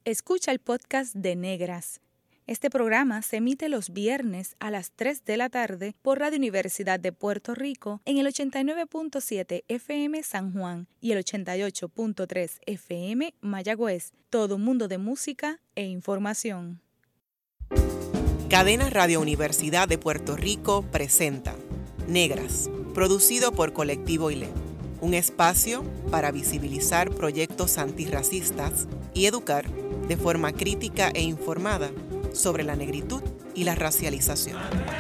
Escucha el podcast de Negras. Este programa se emite los viernes a las 3 de la tarde por Radio Universidad de Puerto Rico en el 89.7 FM San Juan y el 88.3 FM Mayagüez. Todo un mundo de música e información. Cadena Radio Universidad de Puerto Rico presenta Negras, producido por Colectivo ILE, un espacio para visibilizar proyectos antirracistas y educar de forma crítica e informada sobre la negritud y la racialización.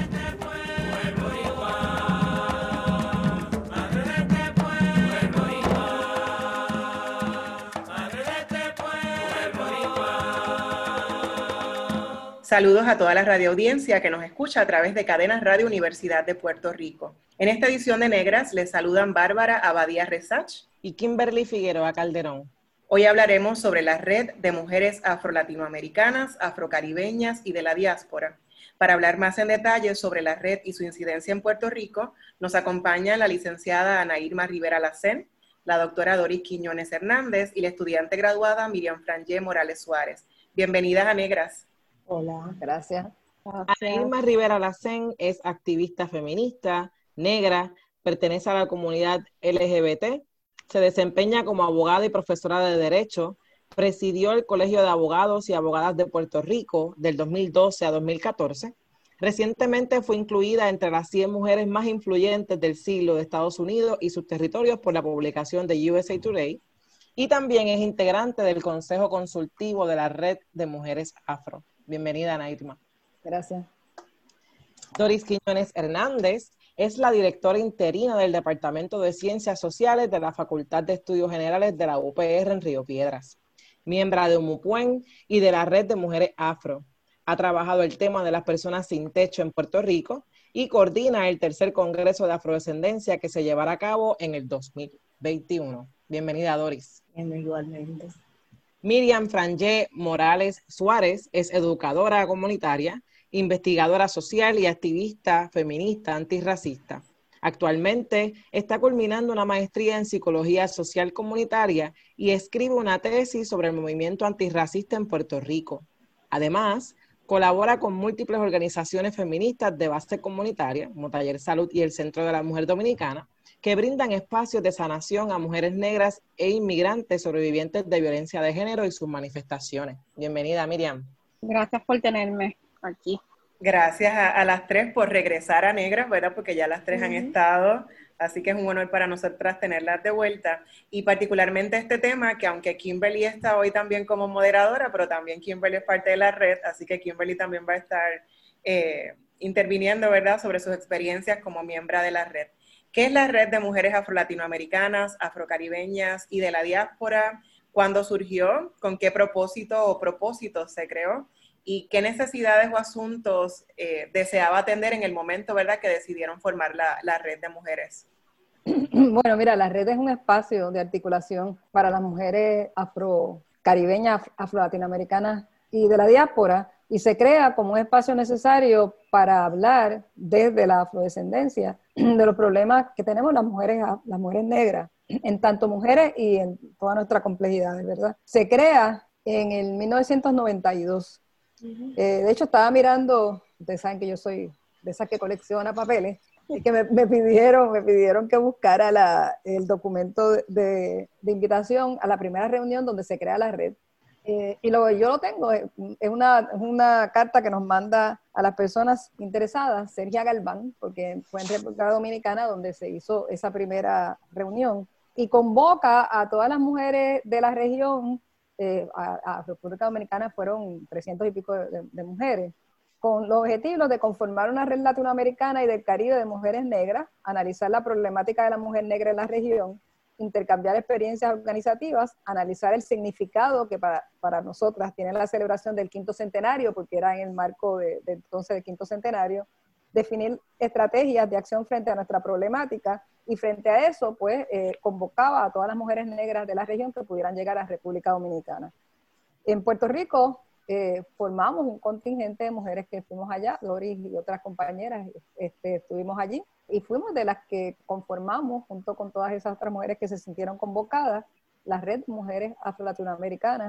Saludos a toda la radioaudiencia que nos escucha a través de Cadenas Radio Universidad de Puerto Rico. En esta edición de Negras les saludan Bárbara Abadía Resach y Kimberly Figueroa Calderón. Hoy hablaremos sobre la Red de Mujeres Afro-Latinoamericanas, Afrocaribeñas y de la Diáspora. Para hablar más en detalle sobre la red y su incidencia en Puerto Rico, nos acompaña la licenciada Ana Irma Rivera Lacén, la doctora Doris Quiñones Hernández y la estudiante graduada Miriam Frangé Morales Suárez. Bienvenidas a Negras. Hola, gracias. Ana Irma Rivera Lacén es activista feminista, negra, pertenece a la comunidad LGBT, se desempeña como abogada y profesora de Derecho, presidió el Colegio de Abogados y Abogadas de Puerto Rico del 2012 a 2014. Recientemente fue incluida entre las 100 mujeres más influyentes del siglo de Estados Unidos y sus territorios por la publicación de USA Today, y también es integrante del Consejo Consultivo de la Red de Mujeres Afro. Bienvenida, Ana Irma. Gracias. Doris Quiñones Hernández es la directora interina del Departamento de Ciencias Sociales de la Facultad de Estudios Generales de la UPR en Río Piedras, miembro de UMUPUEN y de la Red de Mujeres Afro. Ha trabajado el tema de las personas sin techo en Puerto Rico y coordina el tercer Congreso de Afrodescendencia que se llevará a cabo en el 2021. Bienvenida, Doris. Igualmente. Miriam Frangé Morales Suárez es educadora comunitaria, investigadora social y activista feminista antirracista. Actualmente está culminando una maestría en psicología social comunitaria y escribe una tesis sobre el movimiento antirracista en Puerto Rico. Además, colabora con múltiples organizaciones feministas de base comunitaria, como Taller Salud y el Centro de la Mujer Dominicana, que brindan espacios de sanación a mujeres negras e inmigrantes sobrevivientes de violencia de género y sus manifestaciones. Bienvenida, Miriam. Gracias por tenerme aquí. Gracias a las tres por regresar a Negras, ¿verdad? Porque ya las tres han estado, así que es un honor para nosotras tenerlas de vuelta. Y particularmente este tema, que aunque Kimberly está hoy también como moderadora, pero también Kimberly es parte de la red, así que Kimberly también va a estar interviniendo, ¿verdad? Sobre sus experiencias como miembro de la red. ¿Qué es la Red de Mujeres Afro-Latinoamericanas, Afrocaribeñas y de la Diáspora? ¿Cuándo surgió? ¿Con qué propósito o propósitos se creó? ¿Y qué necesidades o asuntos deseaba atender en el momento, ¿verdad?, que decidieron formar la Red de Mujeres? Bueno, mira, la red es un espacio de articulación para las mujeres afrocaribeñas, afro-latinoamericanas y de la diáspora, y se crea como un espacio necesario para hablar desde la afrodescendencia de los problemas que tenemos las mujeres negras, en tanto mujeres y en toda nuestra complejidad, ¿verdad? Se crea en el 1992. De hecho, estaba mirando, ustedes saben que yo soy de esas que colecciona papeles, y que me pidieron que buscara el documento de invitación a la primera reunión donde se crea la red. Y yo lo tengo, es una carta que nos manda a las personas interesadas, Sergia Galván, porque fue en República Dominicana donde se hizo esa primera reunión, y convoca a todas las mujeres de la región. A República Dominicana fueron 300 y pico de mujeres, con los objetivos de conformar una red latinoamericana y del Caribe de mujeres negras, analizar la problemática de la mujer negra en la región, intercambiar experiencias organizativas, analizar el significado que para nosotras tiene la celebración del 5º centenario, porque era en el marco de entonces del 5º centenario, definir estrategias de acción frente a nuestra problemática, y frente a eso, pues, convocaba a todas las mujeres negras de la región que pudieran llegar a República Dominicana. En Puerto Rico formamos un contingente de mujeres que fuimos allá, Loris y otras compañeras estuvimos allí, y fuimos de las que conformamos, junto con todas esas otras mujeres que se sintieron convocadas, la Red Mujeres Afro-Latinoamericanas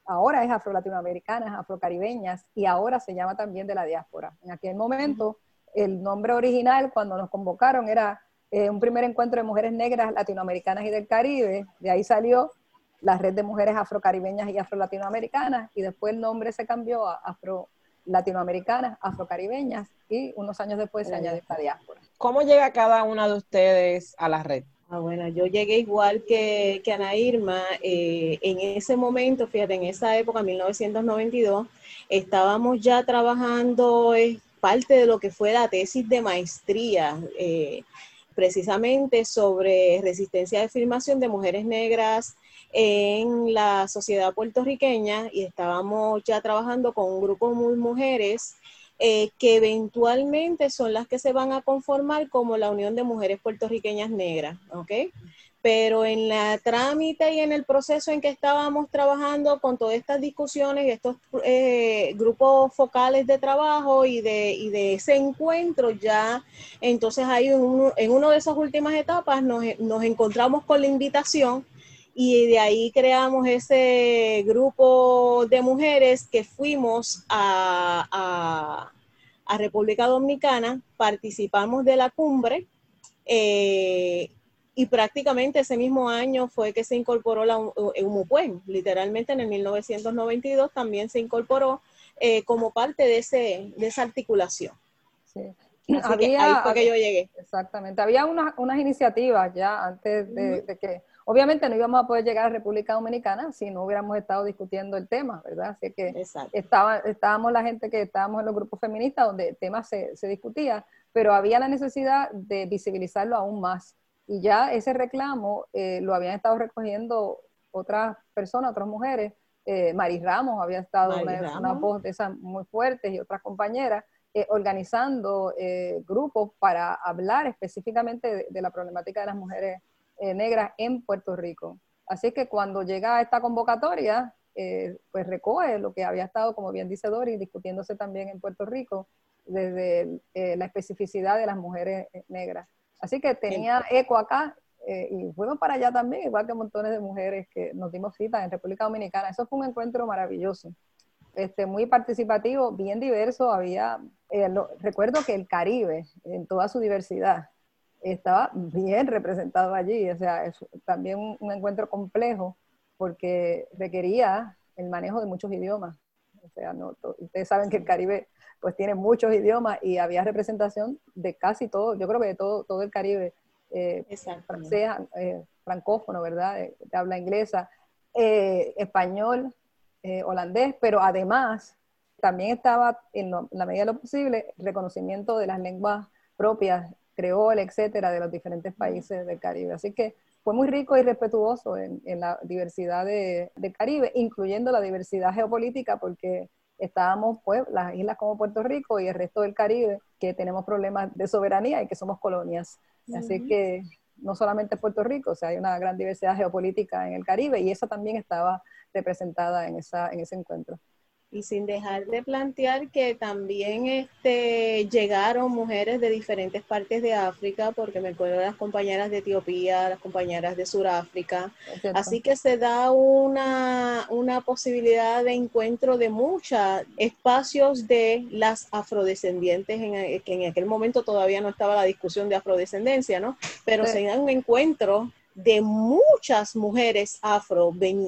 ahora es afro-latinoamericanas, afro-caribeñas, y ahora se llama también de la diáspora. En aquel momento, el nombre original, cuando nos convocaron, era un primer encuentro de mujeres negras, latinoamericanas y del Caribe. De ahí salió la red de mujeres afro-caribeñas y afro-latinoamericanas, y después el nombre se cambió a afro-latinoamericanas, afro-caribeñas, y unos años después se añadió la diáspora. ¿Cómo llega cada una de ustedes a la red? Bueno, yo llegué igual que Ana Irma. En ese momento, fíjate, en esa época, 1992, estábamos ya trabajando parte de lo que fue la tesis de maestría, precisamente sobre resistencia de afirmación de mujeres negras en la sociedad puertorriqueña, y estábamos ya trabajando con un grupo de mujeres que eventualmente son las que se van a conformar como la Unión de Mujeres Puertorriqueñas Negras, ¿ok? Pero en la trámite y en el proceso en que estábamos trabajando con todas estas discusiones y estos grupos focales de trabajo y de ese encuentro, ya entonces ahí en una de esas últimas etapas nos encontramos con la invitación, y de ahí creamos ese grupo de mujeres que fuimos a República Dominicana, participamos de la cumbre, y prácticamente ese mismo año fue que se incorporó la UMUPUEN. Literalmente en el 1992 también se incorporó como parte de esa articulación. Sí. Así que ahí fue que yo llegué. Exactamente. Había unas iniciativas ya antes de que, obviamente no íbamos a poder llegar a República Dominicana si no hubiéramos estado discutiendo el tema, ¿verdad? Así que estábamos la gente que estábamos en los grupos feministas donde el tema se discutía, pero había la necesidad de visibilizarlo aún más. Y ya ese reclamo lo habían estado recogiendo otras personas, otras mujeres. Maris Ramos había estado una voz de esas muy fuertes, y otras compañeras, organizando grupos para hablar específicamente de la problemática de las mujeres negras en Puerto Rico. Así que cuando llega esta convocatoria, pues recoge lo que había estado, como bien dice Dori, discutiéndose también en Puerto Rico, desde la especificidad de las mujeres negras. Así que tenía eco acá, y fuimos para allá también, igual que montones de mujeres que nos dimos cita en República Dominicana. Eso fue un encuentro maravilloso. Muy participativo, bien diverso. Recuerdo que el Caribe, en toda su diversidad, estaba bien representado allí. O sea, es también un encuentro complejo porque requería el manejo de muchos idiomas. O sea, ustedes saben que el Caribe pues tiene muchos idiomas, y había representación de casi todo, yo creo que de todo el Caribe, francés, francófono, ¿verdad? De habla inglesa, español, holandés, pero además también estaba, en la medida de lo posible, reconocimiento de las lenguas propias, creol, etcétera, de los diferentes países del Caribe. Así que fue muy rico y respetuoso en la diversidad del Caribe, incluyendo la diversidad geopolítica, porque estábamos pues las islas como Puerto Rico y el resto del Caribe, que tenemos problemas de soberanía y que somos colonias. Así que no solamente Puerto Rico, o sea, hay una gran diversidad geopolítica en el Caribe, y esa también estaba representada en ese encuentro. Y sin dejar de plantear que también llegaron mujeres de diferentes partes de África, porque me acuerdo de las compañeras de Etiopía, las compañeras de Sudáfrica. Así que se da una posibilidad de encuentro de muchos espacios de las afrodescendientes, que en aquel momento todavía no estaba la discusión de afrodescendencia, ¿no? Pero se da un encuentro de muchas mujeres afro,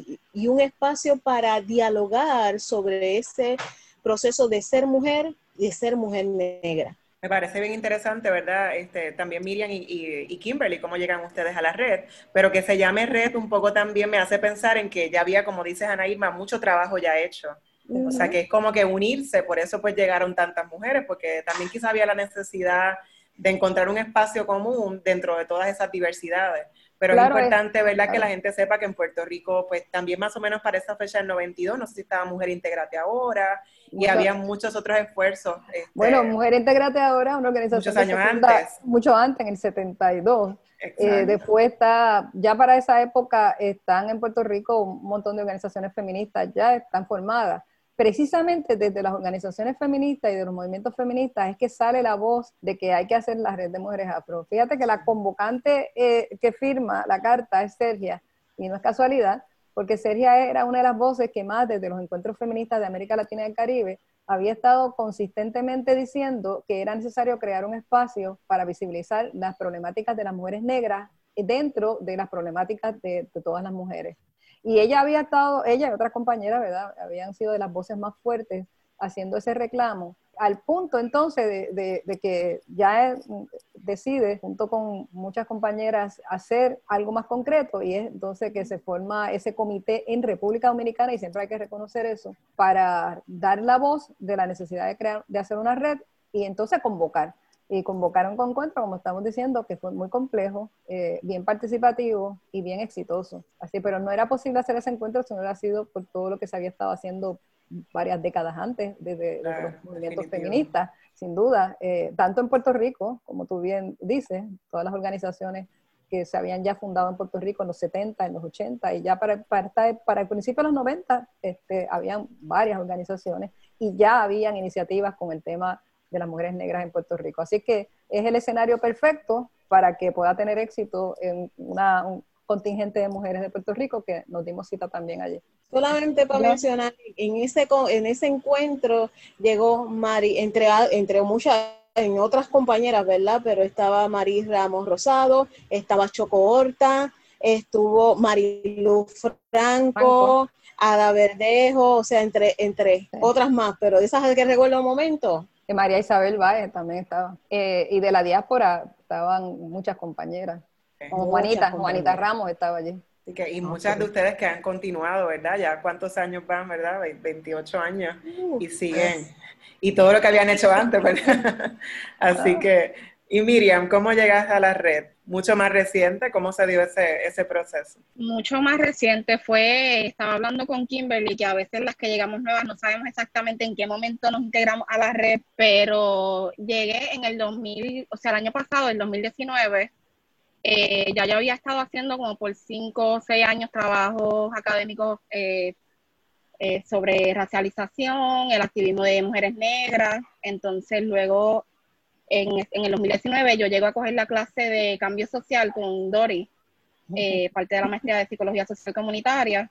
y un espacio para dialogar sobre ese proceso de ser mujer y de ser mujer negra. Me parece bien interesante, ¿verdad? También Miriam y Kimberly, cómo llegan ustedes a la red, pero que se llame red un poco también me hace pensar en que ya había, como dices Ana Irma, mucho trabajo ya hecho. O sea, que es como que unirse, por eso pues llegaron tantas mujeres, porque también quizá había la necesidad de encontrar un espacio común dentro de todas esas diversidades. Pero claro, es importante, ¿verdad? Claro. Que la gente sepa que en Puerto Rico, pues también más o menos para esa fecha del 92, no sé si estaba Mujer Intégrate Ahora, y había muchos otros esfuerzos. Bueno, Mujer Intégrate Ahora, una organización muchos años antes. Mucho antes, en el 72. Después ya para esa época están en Puerto Rico un montón de organizaciones feministas, ya están formadas. Precisamente desde las organizaciones feministas y de los movimientos feministas es que sale la voz de que hay que hacer la red de mujeres afro. Fíjate que la convocante que firma la carta es Sergia, y no es casualidad, porque Sergia era una de las voces que más desde los encuentros feministas de América Latina y el Caribe había estado consistentemente diciendo que era necesario crear un espacio para visibilizar las problemáticas de las mujeres negras dentro de las problemáticas de todas las mujeres. Y ella había estado, ella y otras compañeras, ¿verdad?, habían sido de las voces más fuertes haciendo ese reclamo, al punto entonces de que ya decide, junto con muchas compañeras, hacer algo más concreto, y es entonces que se forma ese comité en República Dominicana, y siempre hay que reconocer eso, para dar la voz de la necesidad de hacer una red, y entonces convocar. Y convocaron un encuentro, como estamos diciendo, que fue muy complejo, bien participativo y bien exitoso. Así, pero no era posible hacer ese encuentro si no hubiera sido por todo lo que se había estado haciendo varias décadas antes, desde los movimientos feministas, sin duda, tanto en Puerto Rico, como tú bien dices, todas las organizaciones que se habían ya fundado en Puerto Rico en los 70, en los 80, y ya para el principio de los 90, habían varias organizaciones, y ya habían iniciativas con el tema de las mujeres negras en Puerto Rico. Así que es el escenario perfecto para que pueda tener éxito en un contingente de mujeres de Puerto Rico, que nos dimos cita también allí. Solamente para mencionar, en ese encuentro llegó Mari, entre muchas, en otras compañeras, ¿verdad? Pero estaba Maris Ramos Rosado, estaba Choco Horta, estuvo Marilu Franco, Ada Verdejo, o sea, entre otras más, pero de esas que recuerdo un momento. María Isabel Báez también estaba. Y de la diáspora estaban muchas compañeras. Como Juanita Ramos estaba allí. Y muchas de ustedes que han continuado, ¿verdad? Ya cuántos años van, ¿verdad? 28 años y siguen. Y todo lo que habían hecho antes, ¿verdad? Así que, y Miriam, ¿cómo llegaste a la red? ¿Mucho más reciente? ¿Cómo se dio ese proceso? Mucho más reciente estaba hablando con Kimberly, que a veces las que llegamos nuevas no sabemos exactamente en qué momento nos integramos a la red, pero llegué en el 2000, o sea, el año pasado, el 2019, ya yo había estado haciendo como por 5 o 6 años trabajos académicos sobre racialización, el activismo de mujeres negras. Entonces luego en el 2019 yo llego a coger la clase de cambio social con Dori, parte de la maestría de psicología social comunitaria,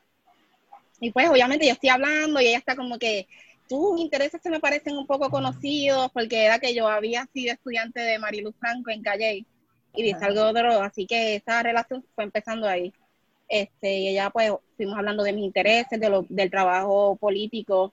y pues obviamente yo estoy hablando y ella está como que tus intereses se me parecen un poco conocidos, porque era que yo había sido estudiante de Marilu Franco en Calle y dice algo de droga, así que esa relación fue empezando ahí. Y ella pues fuimos hablando de mis intereses, del trabajo político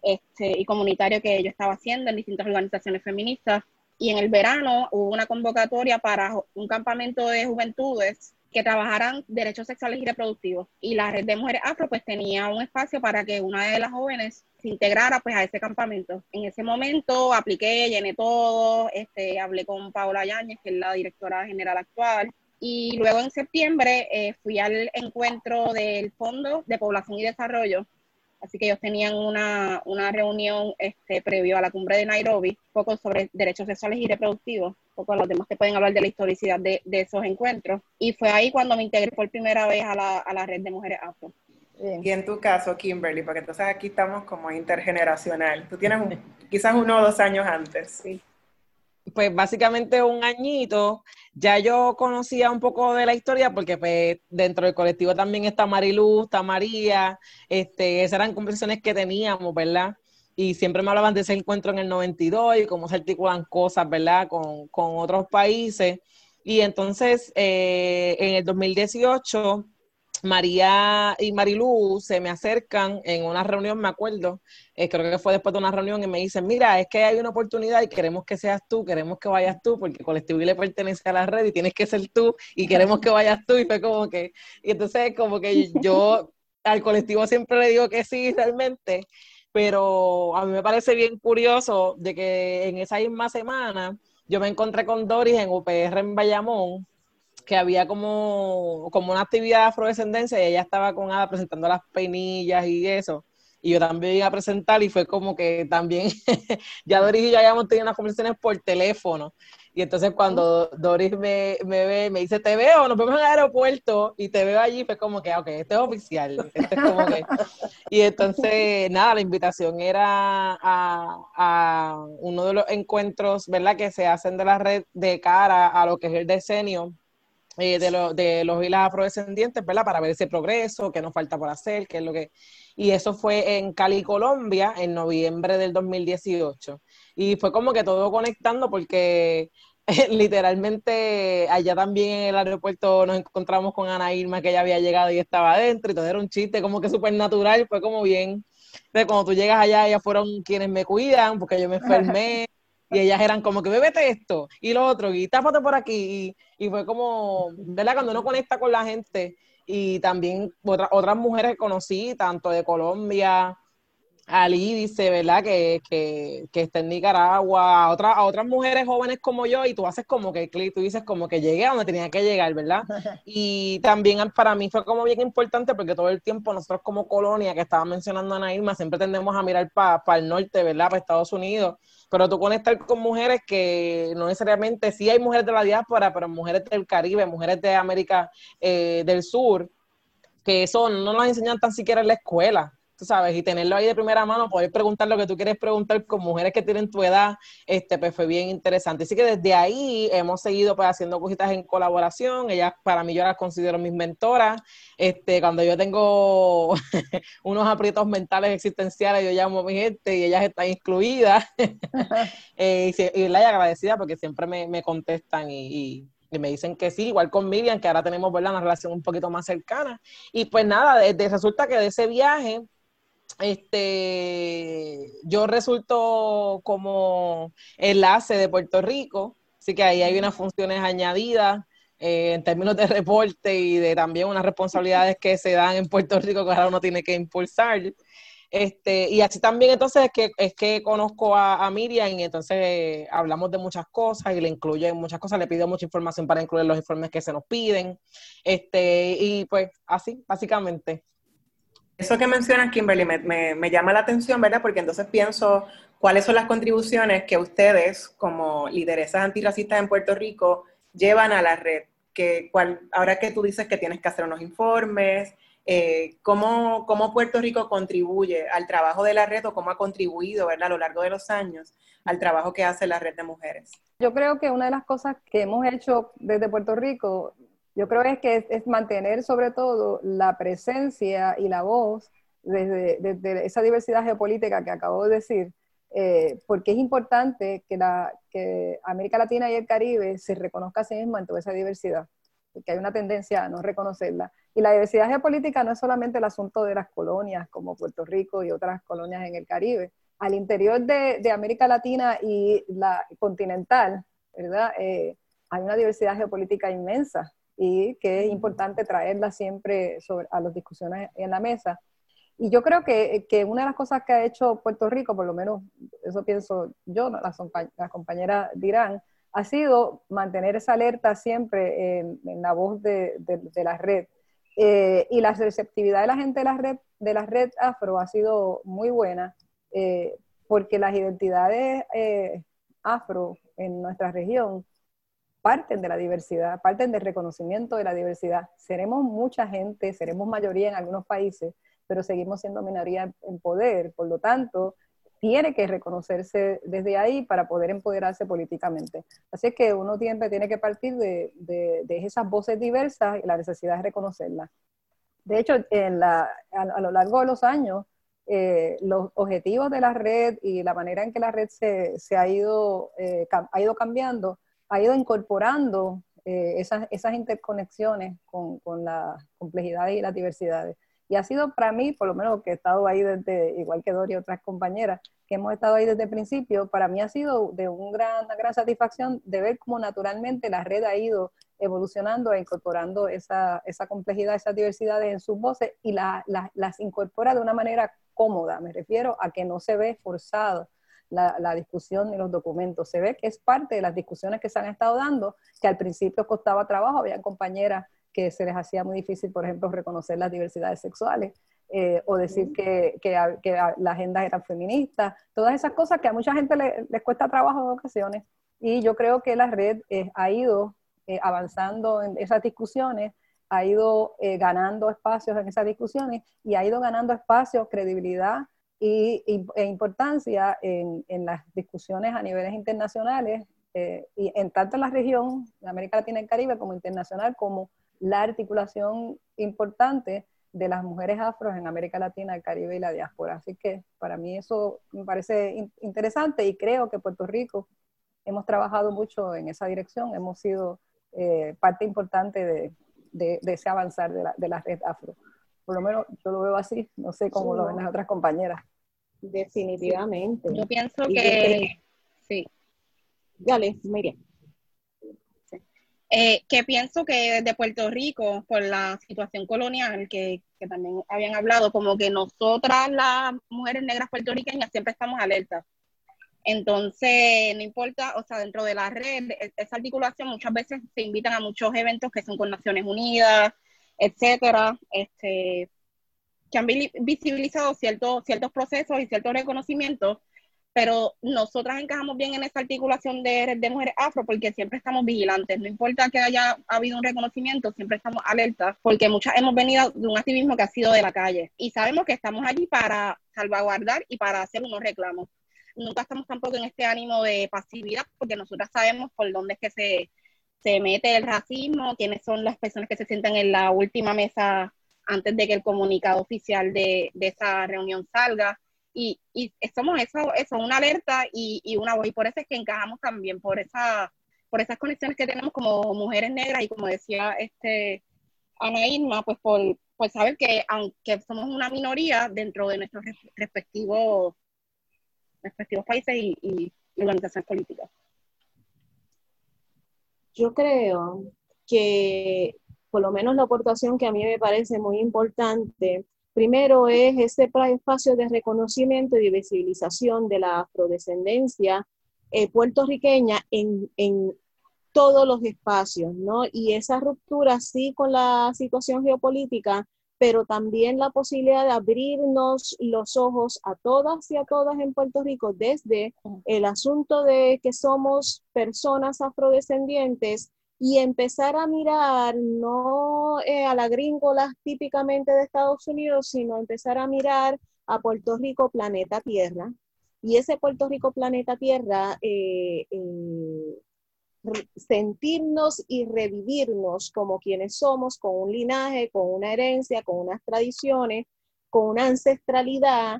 y comunitario que yo estaba haciendo en distintas organizaciones feministas, y en el verano hubo una convocatoria para un campamento de juventudes que trabajaran derechos sexuales y reproductivos, y la red de mujeres afro pues tenía un espacio para que una de las jóvenes se integrara pues a ese campamento. En ese momento apliqué, llené todo, hablé con Paola Yáñez, que es la directora general actual, y luego en septiembre fui al encuentro del Fondo de Población y Desarrollo. Así que ellos tenían una reunión previo a la cumbre de Nairobi, un poco sobre derechos sexuales y reproductivos, un poco los demás que pueden hablar de la historicidad de esos encuentros. Y fue ahí cuando me integré por primera vez a la red de mujeres afro. Bien. Y en tu caso, Kimberly, porque entonces aquí estamos como intergeneracional. Tú tienes quizás 1 o 2 años antes. Sí. Pues básicamente un añito. Ya yo conocía un poco de la historia porque pues dentro del colectivo también está Marilu, está María, esas eran conversaciones que teníamos, ¿verdad? Y siempre me hablaban de ese encuentro en el 92 y cómo se articulan cosas, ¿verdad? Con otros países. Y entonces en el 2018 María y Marilu se me acercan en una reunión, me acuerdo, creo que fue después de una reunión, y me dicen, mira, es que hay una oportunidad y queremos que seas tú, queremos que vayas tú, porque Colectivo le pertenece a la red y tienes que ser tú, y queremos que vayas tú, y fue como que, y entonces como que yo al colectivo siempre le digo que sí, realmente, pero a mí me parece bien curioso de que en esa misma semana yo me encontré con Doris en UPR en Bayamón, que había como una actividad de afrodescendencia, y ella estaba con Ada presentando las peinillas y eso, y yo también iba a presentar, y fue como que también ya Doris y yo habíamos tenido unas conversaciones por teléfono, y entonces cuando Doris me ve, me dice, te veo, nos vemos en el aeropuerto, y te veo allí, fue como que, ok, esto es oficial, esto es como que, y entonces, nada, la invitación era a uno de los encuentros, ¿verdad?, que se hacen de la red de cara a lo que es el decenio de los y las afrodescendientes, ¿verdad? Para ver ese progreso, qué nos falta por hacer, qué es lo que... Y eso fue en Cali, Colombia, en noviembre del 2018. Y fue como que todo conectando porque literalmente allá también en el aeropuerto nos encontramos con Ana Irma, que ella había llegado y estaba adentro, y todo era un chiste como que súper natural, fue como bien. Entonces, cuando tú llegas allá, ellas fueron quienes me cuidan, porque yo me enfermé, y ellas eran como que bébete esto, y lo otro, y tápate por aquí, y fue como, ¿verdad? Cuando uno conecta con la gente, y también otras mujeres que conocí, tanto de Colombia, Ali dice, ¿verdad? Que está en Nicaragua, a otras mujeres jóvenes como yo, y tú haces como que clic, tú dices como que llegué a donde tenía que llegar, ¿verdad? Y también para mí fue como bien importante porque todo el tiempo nosotros como colonia, que estaba mencionando Ana Irma, siempre tendemos a mirar para el norte, ¿verdad? Para Estados Unidos, pero tú conectar con mujeres que no necesariamente, sí hay mujeres de la diáspora, pero mujeres del Caribe, mujeres de América del Sur, que eso no nos enseñan tan siquiera en la escuela, tú sabes, y tenerlo ahí de primera mano, poder preguntar lo que tú quieres preguntar con mujeres que tienen tu edad, pues fue bien interesante. Así que desde ahí hemos seguido pues haciendo cositas en colaboración. Ellas, para mí, yo las considero mis mentoras. Cuando yo tengo unos aprietos mentales existenciales, yo llamo a mi gente y ellas están incluidas. Y la agradecida porque siempre me contestan y me dicen que sí, igual con Miriam, que ahora tenemos, ¿verdad?, una relación un poquito más cercana. Y pues nada, resulta que de ese viaje, yo resulto como enlace de Puerto Rico, así que ahí hay unas funciones añadidas en términos de reporte y de también unas responsabilidades que se dan en Puerto Rico que ahora uno tiene que impulsar. Y así también entonces es que conozco a Miriam y entonces hablamos de muchas cosas y le incluyo en muchas cosas, le pido mucha información para incluir los informes que se nos piden, y pues así, básicamente. Eso que mencionas, Kimberly, me llama la atención, ¿verdad? Porque entonces pienso cuáles son las contribuciones que ustedes, como lideresas antirracistas en Puerto Rico, llevan a la red. Ahora que tú dices que tienes que hacer unos informes, ¿cómo Puerto Rico contribuye al trabajo de la red o cómo ha contribuido, ¿verdad?, a lo largo de los años al trabajo que hace la red de mujeres? Yo creo que una de las cosas que hemos hecho desde Puerto Rico, yo creo es mantener sobre todo la presencia y la voz desde esa diversidad geopolítica que acabo de decir, porque es importante que América Latina y el Caribe se reconozca a sí misma en toda esa diversidad, porque hay una tendencia a no reconocerla. Y la diversidad geopolítica no es solamente el asunto de las colonias como Puerto Rico y otras colonias en el Caribe. Al interior de América Latina y la continental, ¿verdad? Hay una diversidad geopolítica inmensa y que es importante traerla siempre a las discusiones en la mesa. Y yo creo que una de las cosas que ha hecho Puerto Rico, por lo menos eso pienso yo, las compañeras dirán, ha sido mantener esa alerta siempre en la voz de la red. Y la receptividad de la gente de la red afro ha sido muy buena, porque las identidades afro en nuestra región parten de la diversidad, parten del reconocimiento de la diversidad. Seremos mucha gente, seremos mayoría en algunos países, pero seguimos siendo minoría en poder, por lo tanto, tiene que reconocerse desde ahí para poder empoderarse políticamente. Así es que uno siempre tiene que partir de esas voces diversas y la necesidad de reconocerlas. De hecho, a lo largo de los años, los objetivos de la red y la manera en que la red se ha ido cambiando, ha ido incorporando esas interconexiones con las complejidades y las diversidades. Y ha sido para mí, por lo menos que he estado ahí igual que Dori y otras compañeras, que hemos estado ahí desde el principio, para mí ha sido de una gran satisfacción de ver cómo naturalmente la red ha ido evolucionando e incorporando esa complejidad, esas diversidades en sus voces y las incorpora de una manera cómoda. Me refiero a que no se ve forzado la discusión ni los documentos. Se ve que es parte de las discusiones que se han estado dando, que al principio costaba trabajo, había compañeras que se les hacía muy difícil, por ejemplo, reconocer las diversidades sexuales, o decir que las agendas eran feministas, todas esas cosas que a mucha gente les cuesta trabajo en ocasiones. Y yo creo que la red ha ido avanzando en esas discusiones, ha ido ganando espacios en esas discusiones y ha ido ganando espacios, credibilidad e importancia en las discusiones a niveles internacionales y en tanto en la región, en América Latina y el Caribe, como internacional, como la articulación importante de las mujeres afros en América Latina, el Caribe y la diáspora. Así que para mí eso me parece interesante y creo que Puerto Rico hemos trabajado mucho en esa dirección, hemos sido parte importante de ese avanzar de la red afro. Por lo menos yo lo veo así, no sé cómo lo ven las otras compañeras. Definitivamente. Yo pienso Y que sí. Dale, Miriam. Que pienso que desde Puerto Rico, por la situación colonial que también habían hablado, como que nosotras las mujeres negras puertorriqueñas siempre estamos alertas. Entonces, no importa, o sea, dentro de la red, esa articulación muchas veces se invitan a muchos eventos que son con Naciones Unidas, etcétera, que han visibilizado ciertos procesos y ciertos reconocimientos, pero nosotras encajamos bien en esa articulación de mujeres afro porque siempre estamos vigilantes, no importa que haya habido un reconocimiento, siempre estamos alertas, porque muchas hemos venido de un activismo que ha sido de la calle, y sabemos que estamos allí para salvaguardar y para hacer unos reclamos. Nunca estamos tampoco en este ánimo de pasividad, porque nosotras sabemos por dónde es que se mete el racismo, quiénes son las personas que se sientan en la última mesa antes de que el comunicado oficial de esa reunión salga. Y somos eso, una alerta y una voz, y por eso es que encajamos también, por esas conexiones que tenemos como mujeres negras, y como decía Ana Irma, pues por saber que aunque somos una minoría dentro de nuestros respectivos países y organizaciones políticas. Yo creo que por lo menos la aportación que a mí me parece muy importante, primero es ese espacio de reconocimiento y de visibilización de la afrodescendencia puertorriqueña en todos los espacios, ¿no? Y esa ruptura sí con la situación geopolítica, pero también la posibilidad de abrirnos los ojos a todas y a todas en Puerto Rico desde el asunto de que somos personas afrodescendientes y empezar a mirar no a la gringola típicamente de Estados Unidos, sino empezar a mirar a Puerto Rico planeta Tierra. Y ese Puerto Rico planeta Tierra, sentirnos y revivirnos como quienes somos, con un linaje, con una herencia, con unas tradiciones, con una ancestralidad,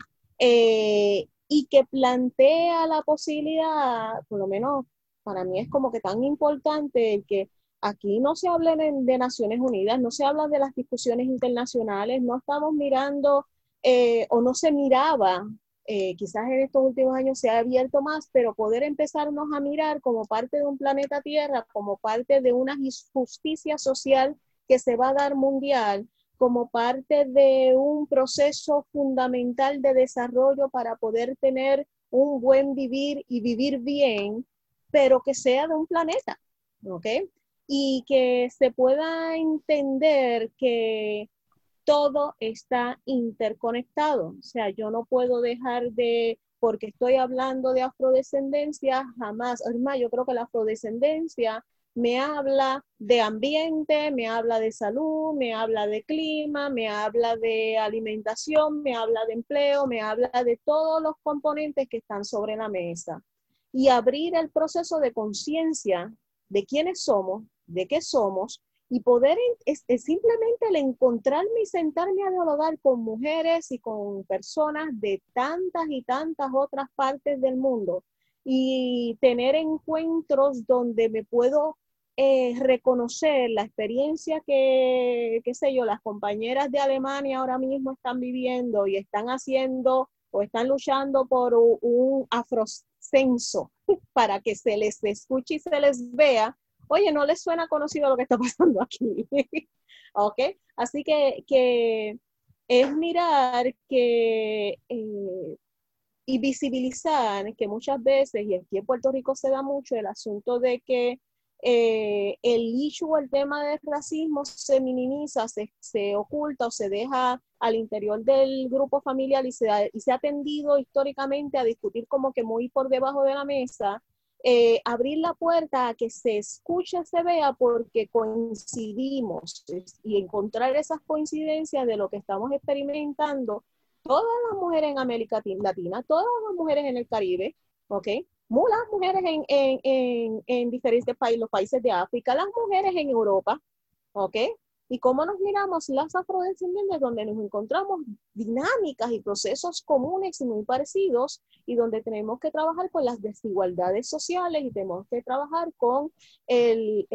y que plantea la posibilidad, por lo menos para mí es como que tan importante el que aquí no se habla de Naciones Unidas, no se habla de las discusiones internacionales, no estamos mirando o no se miraba, quizás en estos últimos años se ha abierto más, pero poder empezarnos a mirar como parte de un planeta Tierra, como parte de una justicia social que se va a dar mundial, como parte de un proceso fundamental de desarrollo para poder tener un buen vivir y vivir bien, pero que sea de un planeta, ¿ok? Y que se pueda entender que todo está interconectado. O sea, yo no puedo dejar de, porque estoy hablando de afrodescendencia, jamás. Es más, yo creo que la afrodescendencia me habla de ambiente, me habla de salud, me habla de clima, me habla de alimentación, me habla de empleo, me habla de todos los componentes que están sobre la mesa. Y abrir el proceso de conciencia de quiénes somos, de qué somos, y poder es simplemente el encontrarme y sentarme a dialogar con mujeres y con personas de tantas y tantas otras partes del mundo y tener encuentros donde me puedo reconocer la experiencia que, qué sé yo, las compañeras de Alemania ahora mismo están viviendo y están haciendo o están luchando por un afrocenso para que se les escuche y se les vea. Oye, ¿no les suena conocido lo que está pasando aquí? ¿Ok? Así que es mirar que, y visibilizar que muchas veces, y aquí en Puerto Rico se da mucho el asunto de que el issue, el tema del racismo se minimiza, se oculta o se deja al interior del grupo familiar y se ha tendido históricamente a discutir como que muy por debajo de la mesa. Abrir la puerta a que se escuche, se vea, porque coincidimos y encontrar esas coincidencias de lo que estamos experimentando todas las mujeres en América Latina, todas las mujeres en el Caribe, ¿ok? las mujeres en diferentes países, los países de África, las mujeres en Europa, ¿ok? Y cómo nos miramos las afrodescendientes, donde nos encontramos dinámicas y procesos comunes y muy parecidos, y donde tenemos que trabajar con las desigualdades sociales y tenemos que trabajar con el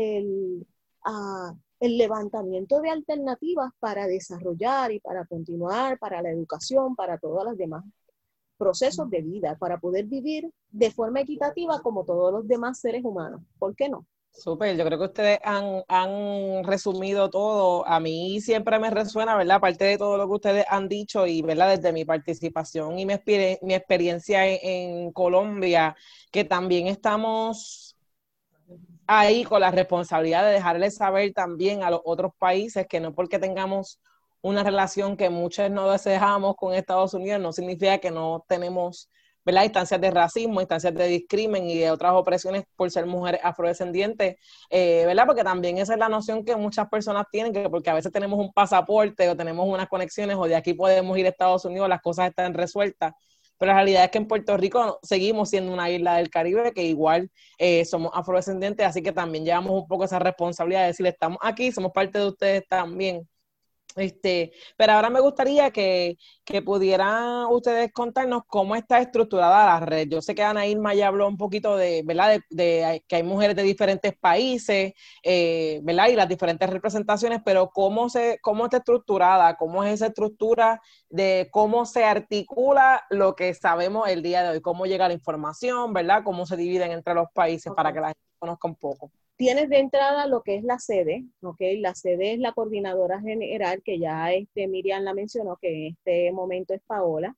levantamiento de alternativas para desarrollar y para continuar, para la educación, para todas las demás procesos de vida, para poder vivir de forma equitativa como todos los demás seres humanos. ¿Por qué no? Súper, yo creo que ustedes han resumido todo. A mí siempre me resuena, ¿verdad? Aparte de todo lo que ustedes han dicho y, ¿verdad? Desde mi participación y mi experiencia en Colombia, que también estamos ahí con la responsabilidad de dejarles saber también a los otros países que no porque tengamos una relación que muchos no deseamos con Estados Unidos, no significa que no tenemos, ¿verdad? Instancias de racismo, instancias de discrimen y de otras opresiones por ser mujeres afrodescendientes, ¿verdad? Porque también esa es la noción que muchas personas tienen, que porque a veces tenemos un pasaporte o tenemos unas conexiones o de aquí podemos ir a Estados Unidos, las cosas están resueltas. Pero la realidad es que en Puerto Rico seguimos siendo una isla del Caribe que igual somos afrodescendientes, así que también llevamos un poco esa responsabilidad de decir, estamos aquí, somos parte de ustedes también. Pero ahora me gustaría que pudieran ustedes contarnos cómo está estructurada la red. Yo sé que Ana Irma ya habló un poquito de, ¿verdad? De que hay mujeres de diferentes países, ¿verdad? Y las diferentes representaciones, pero cómo está estructurada, cómo es esa estructura de cómo se articula lo que sabemos el día de hoy, cómo llega la información, ¿verdad? Cómo se dividen entre los países para que la gente conozca un poco. Tienes de entrada lo que es la sede, ¿ok? La sede es la coordinadora general, que ya Miriam la mencionó, que en este momento es Paola.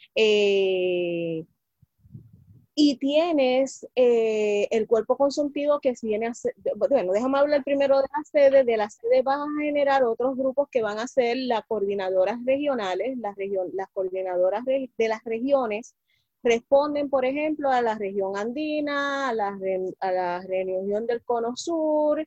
Y tienes el cuerpo consultivo que viene a ser, bueno, déjame hablar primero de la sede. De la sede vas a generar otros grupos que van a ser las coordinadoras regionales, las coordinadoras de las regiones. Responden, por ejemplo, a la región andina, a la región del Cono Sur,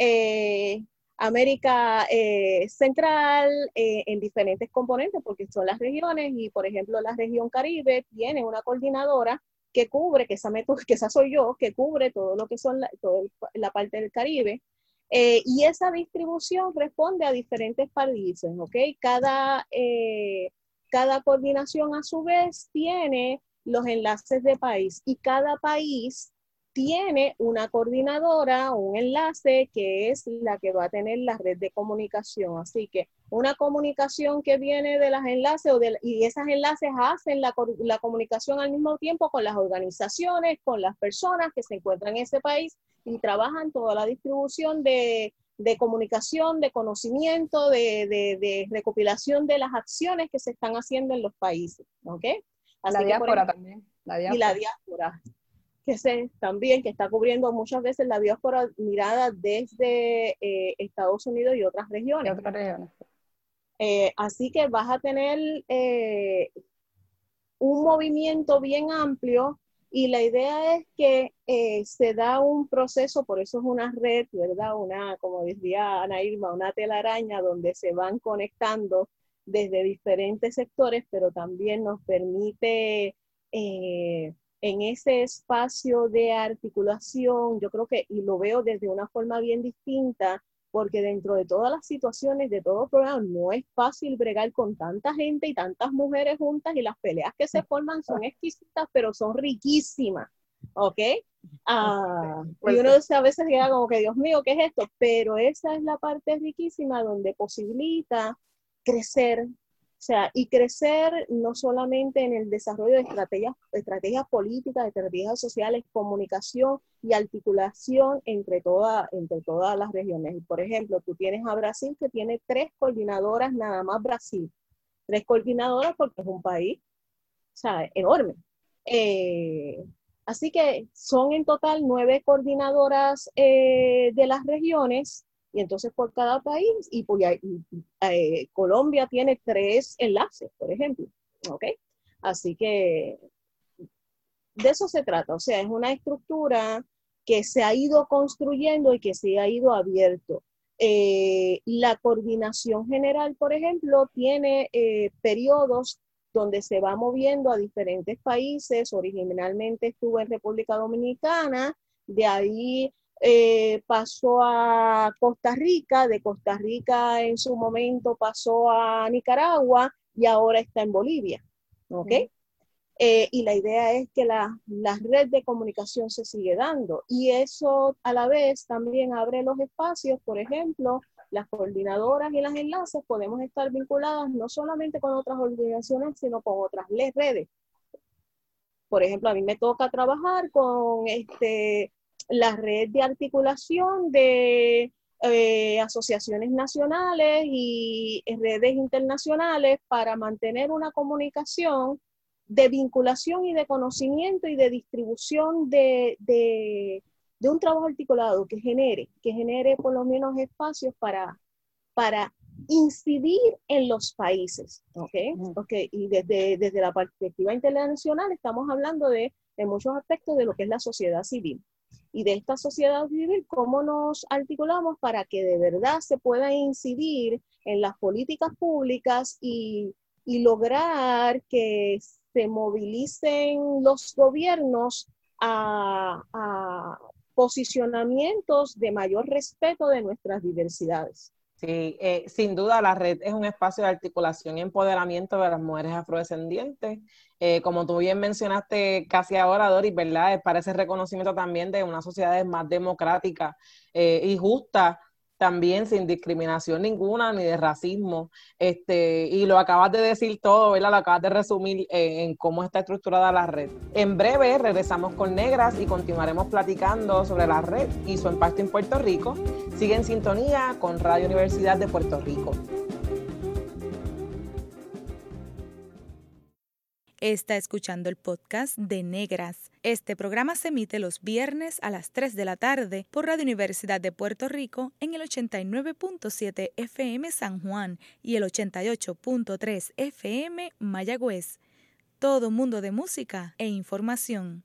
América Central, en diferentes componentes, porque son las regiones, y por ejemplo la región Caribe tiene una coordinadora que cubre, que esa soy yo, que cubre todo lo que son toda la parte del Caribe. Y esa distribución responde a diferentes países, ¿ok? Cada coordinación a su vez tiene los enlaces de país, y cada país tiene una coordinadora o un enlace que es la que va a tener la red de comunicación. Así que una comunicación que viene de los enlaces y esos enlaces hacen la comunicación al mismo tiempo con las organizaciones, con las personas que se encuentran en ese país, y trabajan toda la distribución de comunicación, de conocimiento, de recopilación de las acciones que se están haciendo en los países, ¿ok? Así la diáspora también. Y la diáspora, también, que está cubriendo muchas veces la diáspora mirada desde Estados Unidos y otras regiones. Así que vas a tener un movimiento bien amplio, y la idea es que se da un proceso, por eso es una red, ¿verdad? Como decía Ana Irma, una telaraña donde se van conectando desde diferentes sectores, pero también nos permite en ese espacio de articulación, yo creo que, y lo veo desde una forma bien distinta, porque dentro de todas las situaciones, de todo programa, no es fácil bregar con tanta gente y tantas mujeres juntas, y las peleas que se forman son exquisitas, pero son riquísimas, ¿ok? Y uno a veces queda como que, Dios mío, ¿qué es esto? Pero esa es la parte riquísima donde posibilita crecer, o sea, y crecer no solamente en el desarrollo de estrategias políticas, estrategias sociales, comunicación y articulación entre todas las regiones. Por ejemplo, tú tienes a Brasil, que tiene 3 coordinadoras, nada más Brasil. 3 coordinadoras porque es un país, o sea, enorme. Así que son en total 9 coordinadoras de las regiones, y entonces por cada país, y Colombia tiene 3 enlaces, por ejemplo, ¿ok? Así que de eso se trata, o sea, es una estructura que se ha ido construyendo y que se ha ido abierto. La coordinación general, por ejemplo, tiene periodos donde se va moviendo a diferentes países. Originalmente estuvo en República Dominicana, de ahí pasó a Costa Rica, de Costa Rica en su momento pasó a Nicaragua y ahora está en Bolivia, ¿ok? Y la idea es que la red de comunicación se sigue dando, y eso a la vez también abre los espacios. Por ejemplo, las coordinadoras y las enlaces podemos estar vinculadas no solamente con otras organizaciones, sino con otras redes. Por ejemplo, a mí me toca trabajar con la red de articulación de asociaciones nacionales y redes internacionales para mantener una comunicación de vinculación y de conocimiento y de distribución de un trabajo articulado que genere por lo menos espacios para incidir en los países, ¿ok? Y desde la perspectiva internacional estamos hablando de muchos aspectos de lo que es la sociedad civil. Y de esta sociedad civil, ¿cómo nos articulamos para que de verdad se pueda incidir en las políticas públicas y lograr que se movilicen los gobiernos a posicionamientos de mayor respeto de nuestras diversidades? Sí, sin duda la red es un espacio de articulación y empoderamiento de las mujeres afrodescendientes. Como tú bien mencionaste casi ahora, Doris, ¿verdad? Es para ese reconocimiento también de una sociedad más democrática y justa, también sin discriminación ninguna ni de racismo. Y lo acabas de decir todo, ¿verdad? Lo acabas de resumir en cómo está estructurada la red. En breve regresamos con Negras y continuaremos platicando sobre la red y su impacto en Puerto Rico. Sigue en sintonía con Radio Universidad de Puerto Rico. Está escuchando el podcast de Negras. Este programa se emite los viernes a las 3 de la tarde por Radio Universidad de Puerto Rico en el 89.7 FM San Juan y el 88.3 FM Mayagüez. Todo mundo de música e información.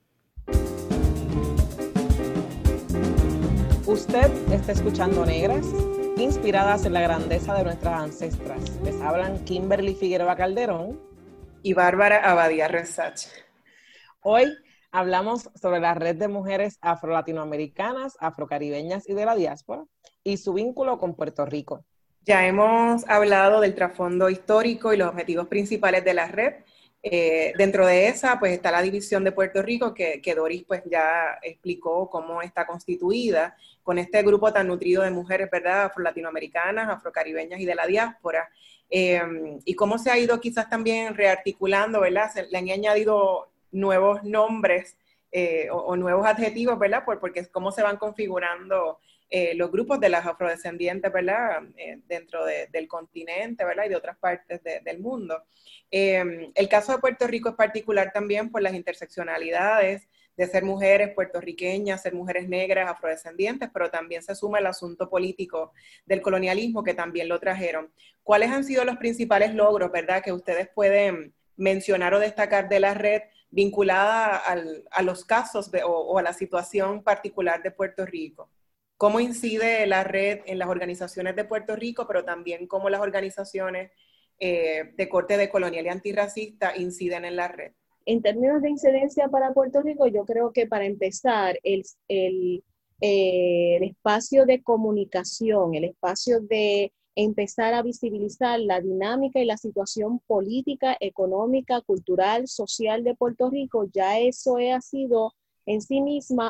Usted está escuchando Negras, inspiradas en la grandeza de nuestras ancestras. Les hablan Kimberly Figueroa Calderón y Bárbara Abadía Resach. Hoy hablamos sobre la red de mujeres afro-latinoamericanas, afrocaribeñas y de la diáspora y su vínculo con Puerto Rico. Ya hemos hablado del trasfondo histórico y los objetivos principales de la red. Dentro de esa, pues está la división de Puerto Rico, que Doris pues ya explicó cómo está constituida, con este grupo tan nutrido de mujeres, ¿verdad?, afro-latinoamericanas, afrocaribeñas y de la diáspora. Y cómo se ha ido quizás también rearticulando, ¿verdad? Se le han añadido nuevos nombres o nuevos adjetivos, ¿verdad? Porque es cómo se van configurando los grupos de las afrodescendientes, ¿verdad? Dentro del continente, ¿verdad? Y de otras partes del mundo. El caso de Puerto Rico es particular también por las interseccionalidades de ser mujeres puertorriqueñas, ser mujeres negras, afrodescendientes, pero también se suma el asunto político del colonialismo que también lo trajeron. ¿Cuáles han sido los principales logros, verdad, que ustedes pueden mencionar o destacar de la red vinculada a los casos o a la situación particular de Puerto Rico? ¿Cómo incide la red en las organizaciones de Puerto Rico, pero también cómo las organizaciones de corte decolonial y antirracista inciden en la red? En términos de incidencia para Puerto Rico, yo creo que para empezar, el espacio de comunicación, el espacio de empezar a visibilizar la dinámica y la situación política, económica, cultural, social de Puerto Rico, ya eso ha sido en sí misma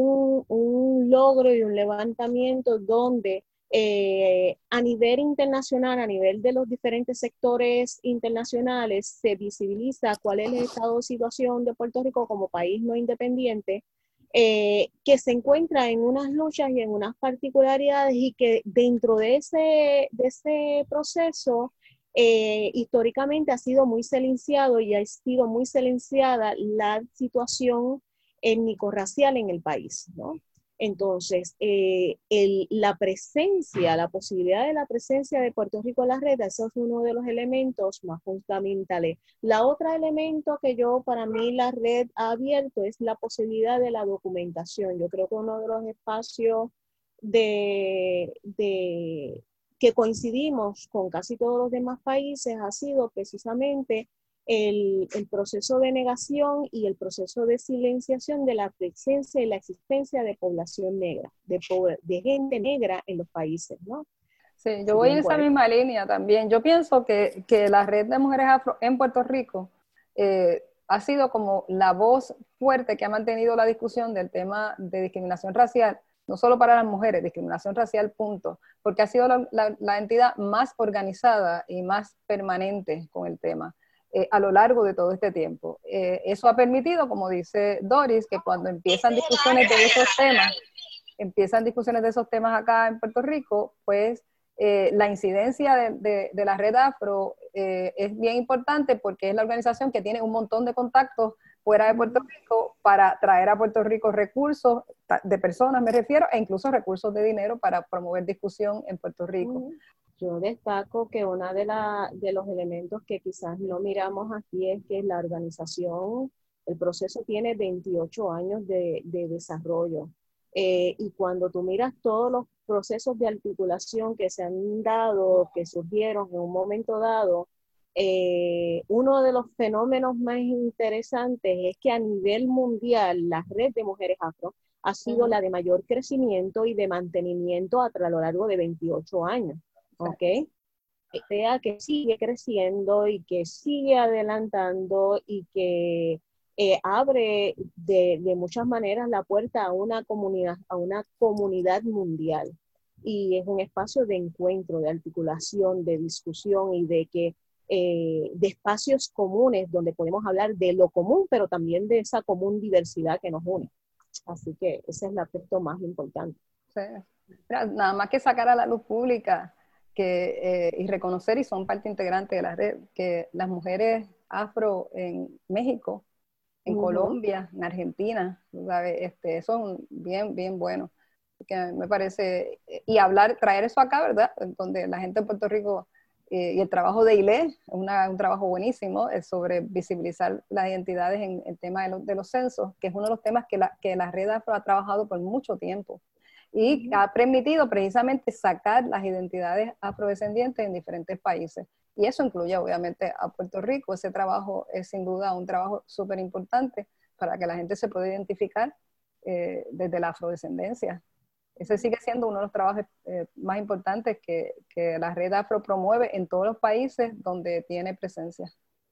un logro y un levantamiento donde a nivel internacional, a nivel de los diferentes sectores internacionales, se visibiliza cuál es el estado de situación de Puerto Rico como país no independiente, que se encuentra en unas luchas y en unas particularidades, y que dentro de ese proceso históricamente ha sido muy silenciado y ha sido muy silenciada la situación étnico-racial en el país, ¿no? Entonces, la posibilidad de la presencia de Puerto Rico en la red, eso es uno de los elementos más fundamentales. La otra elemento que para mí la red ha abierto es la posibilidad de la documentación. Yo creo que uno de los espacios que coincidimos con casi todos los demás países ha sido precisamente el proceso de negación y el proceso de silenciación de la presencia y la existencia de población negra, de gente negra en los países, ¿no? Sí, yo voy en esa misma línea también. Yo pienso que la Red de Mujeres Afro en Puerto Rico ha sido como la voz fuerte que ha mantenido la discusión del tema de discriminación racial, no solo para las mujeres, discriminación racial, punto, porque ha sido la entidad más organizada y más permanente con el tema a lo largo de todo este tiempo. Eso ha permitido, como dice Doris, que cuando empiezan discusiones de esos temas acá en Puerto Rico, pues la incidencia de la Red Afro es bien importante porque es la organización que tiene un montón de contactos fuera de Puerto Rico para traer a Puerto Rico recursos de personas, me refiero, e incluso recursos de dinero para promover discusión en Puerto Rico. Yo destaco que uno de los elementos que quizás no miramos aquí es que la organización, el proceso tiene 28 años de desarrollo. Y cuando tú miras todos los procesos de articulación que se han dado, que surgieron en un momento dado, uno de los fenómenos más interesantes es que a nivel mundial la red de mujeres afro ha sido la de mayor crecimiento y de mantenimiento a lo largo de 28 años. ¿Ok? Sea que sigue creciendo y que sigue adelantando y que abre de muchas maneras la puerta a una comunidad mundial. Y es un espacio de encuentro, de articulación, de discusión y de espacios comunes donde podemos hablar de lo común, pero también de esa común diversidad que nos une. Así que ese es el aspecto más importante. Sí. Nada más que sacar a la luz pública y reconocer, y son parte integrante de la red, que las mujeres afro en México, en Colombia, en Argentina, ¿sabes? Son bien, bien buenos. Que me parece, y traer eso acá, ¿verdad? Donde la gente de Puerto Rico, y el trabajo de ILE, es un trabajo buenísimo sobre visibilizar las identidades en el tema de los censos, que es uno de los temas que la red afro ha trabajado por mucho tiempo. Y ha permitido precisamente sacar las identidades afrodescendientes en diferentes países. Y eso incluye obviamente a Puerto Rico. Ese trabajo es sin duda un trabajo súper importante para que la gente se pueda identificar desde la afrodescendencia. Ese sigue siendo uno de los trabajos más importantes que la red afro promueve en todos los países donde tiene presencia.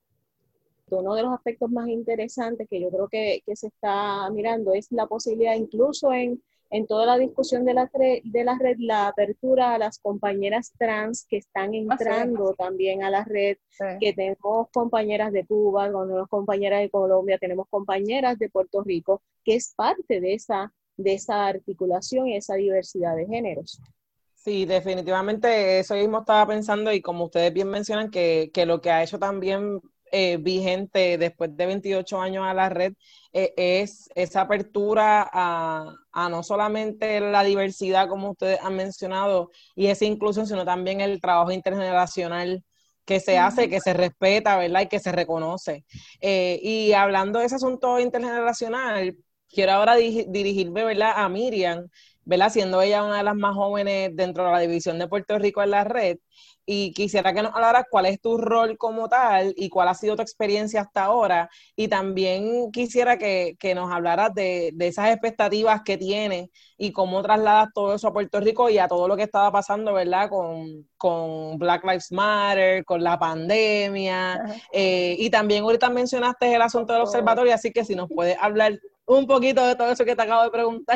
Uno de los aspectos más interesantes que yo creo que se está mirando es la posibilidad, incluso en toda la discusión de la red, la apertura a las compañeras trans que están entrando también a la red, que tenemos compañeras de Cuba, tenemos compañeras de Colombia, tenemos compañeras de Puerto Rico, que es parte de esa articulación y esa diversidad de géneros. Sí, definitivamente eso mismo estaba pensando, y como ustedes bien mencionan, que lo que ha hecho también vigente después de 28 años a la red es esa apertura a no solamente la diversidad, como ustedes han mencionado, y esa inclusión, sino también el trabajo intergeneracional que se hace, que se respeta, ¿verdad? Y que se reconoce. Y hablando de ese asunto intergeneracional, quiero ahora dirigirme, ¿verdad?, a Miriam, ¿verdad?, siendo ella una de las más jóvenes dentro de la división de Puerto Rico en la red, y quisiera que nos hablaras cuál es tu rol como tal y cuál ha sido tu experiencia hasta ahora, y también quisiera que nos hablaras de esas expectativas que tienes y cómo trasladas todo eso a Puerto Rico y a todo lo que estaba pasando, ¿verdad?, con Black Lives Matter, con la pandemia, y también ahorita mencionaste el asunto del observatorio, así que si nos puedes hablar un poquito de todo eso que te acabo de preguntar.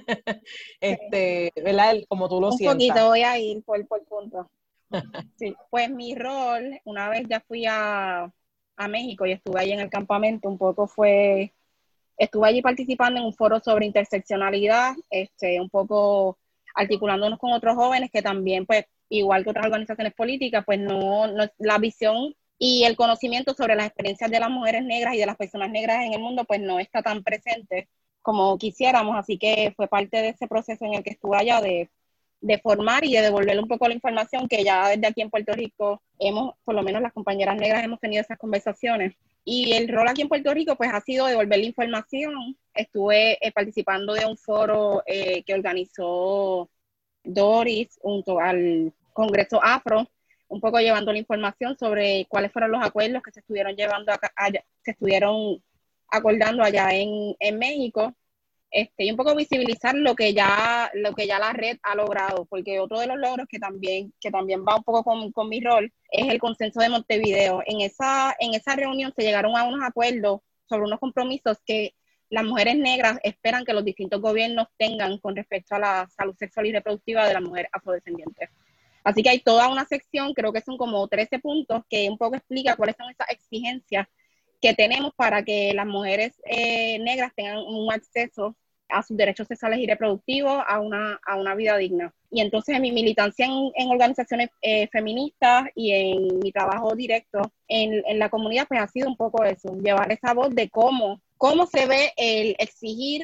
¿Verdad? Como tú lo sientas. Un poquito, voy a ir por punto. Sí, pues mi rol, una vez ya fui a México y estuve ahí en el campamento, estuve allí participando en un foro sobre interseccionalidad, un poco articulándonos con otros jóvenes que también, pues, igual que otras organizaciones políticas, pues no la visión y el conocimiento sobre las experiencias de las mujeres negras y de las personas negras en el mundo, pues no está tan presente como quisiéramos, así que fue parte de ese proceso en el que estuve allá de formar y de devolverle un poco la información que ya desde aquí en Puerto Rico por lo menos las compañeras negras hemos tenido esas conversaciones. Y el rol aquí en Puerto Rico pues ha sido devolver la información. Estuve participando de un foro que organizó Doris junto al Congreso Afro, un poco llevando la información sobre cuáles fueron los acuerdos que se estuvieron se estuvieron acordando allá en México, y un poco visibilizar lo que ya la red ha logrado, porque otro de los logros que también va un poco con mi rol es el consenso de Montevideo. En esa reunión se llegaron a unos acuerdos sobre unos compromisos que las mujeres negras esperan que los distintos gobiernos tengan con respecto a la salud sexual y reproductiva de las mujeres afrodescendientes. Así que hay toda una sección, creo que son como 13 puntos, que un poco explica cuáles son esas exigencias que tenemos para que las mujeres negras tengan un acceso a sus derechos sexuales y reproductivos, a una vida digna. Y entonces en mi militancia en organizaciones feministas y en mi trabajo directo en la comunidad, pues ha sido un poco eso, llevar esa voz de cómo se ve el exigir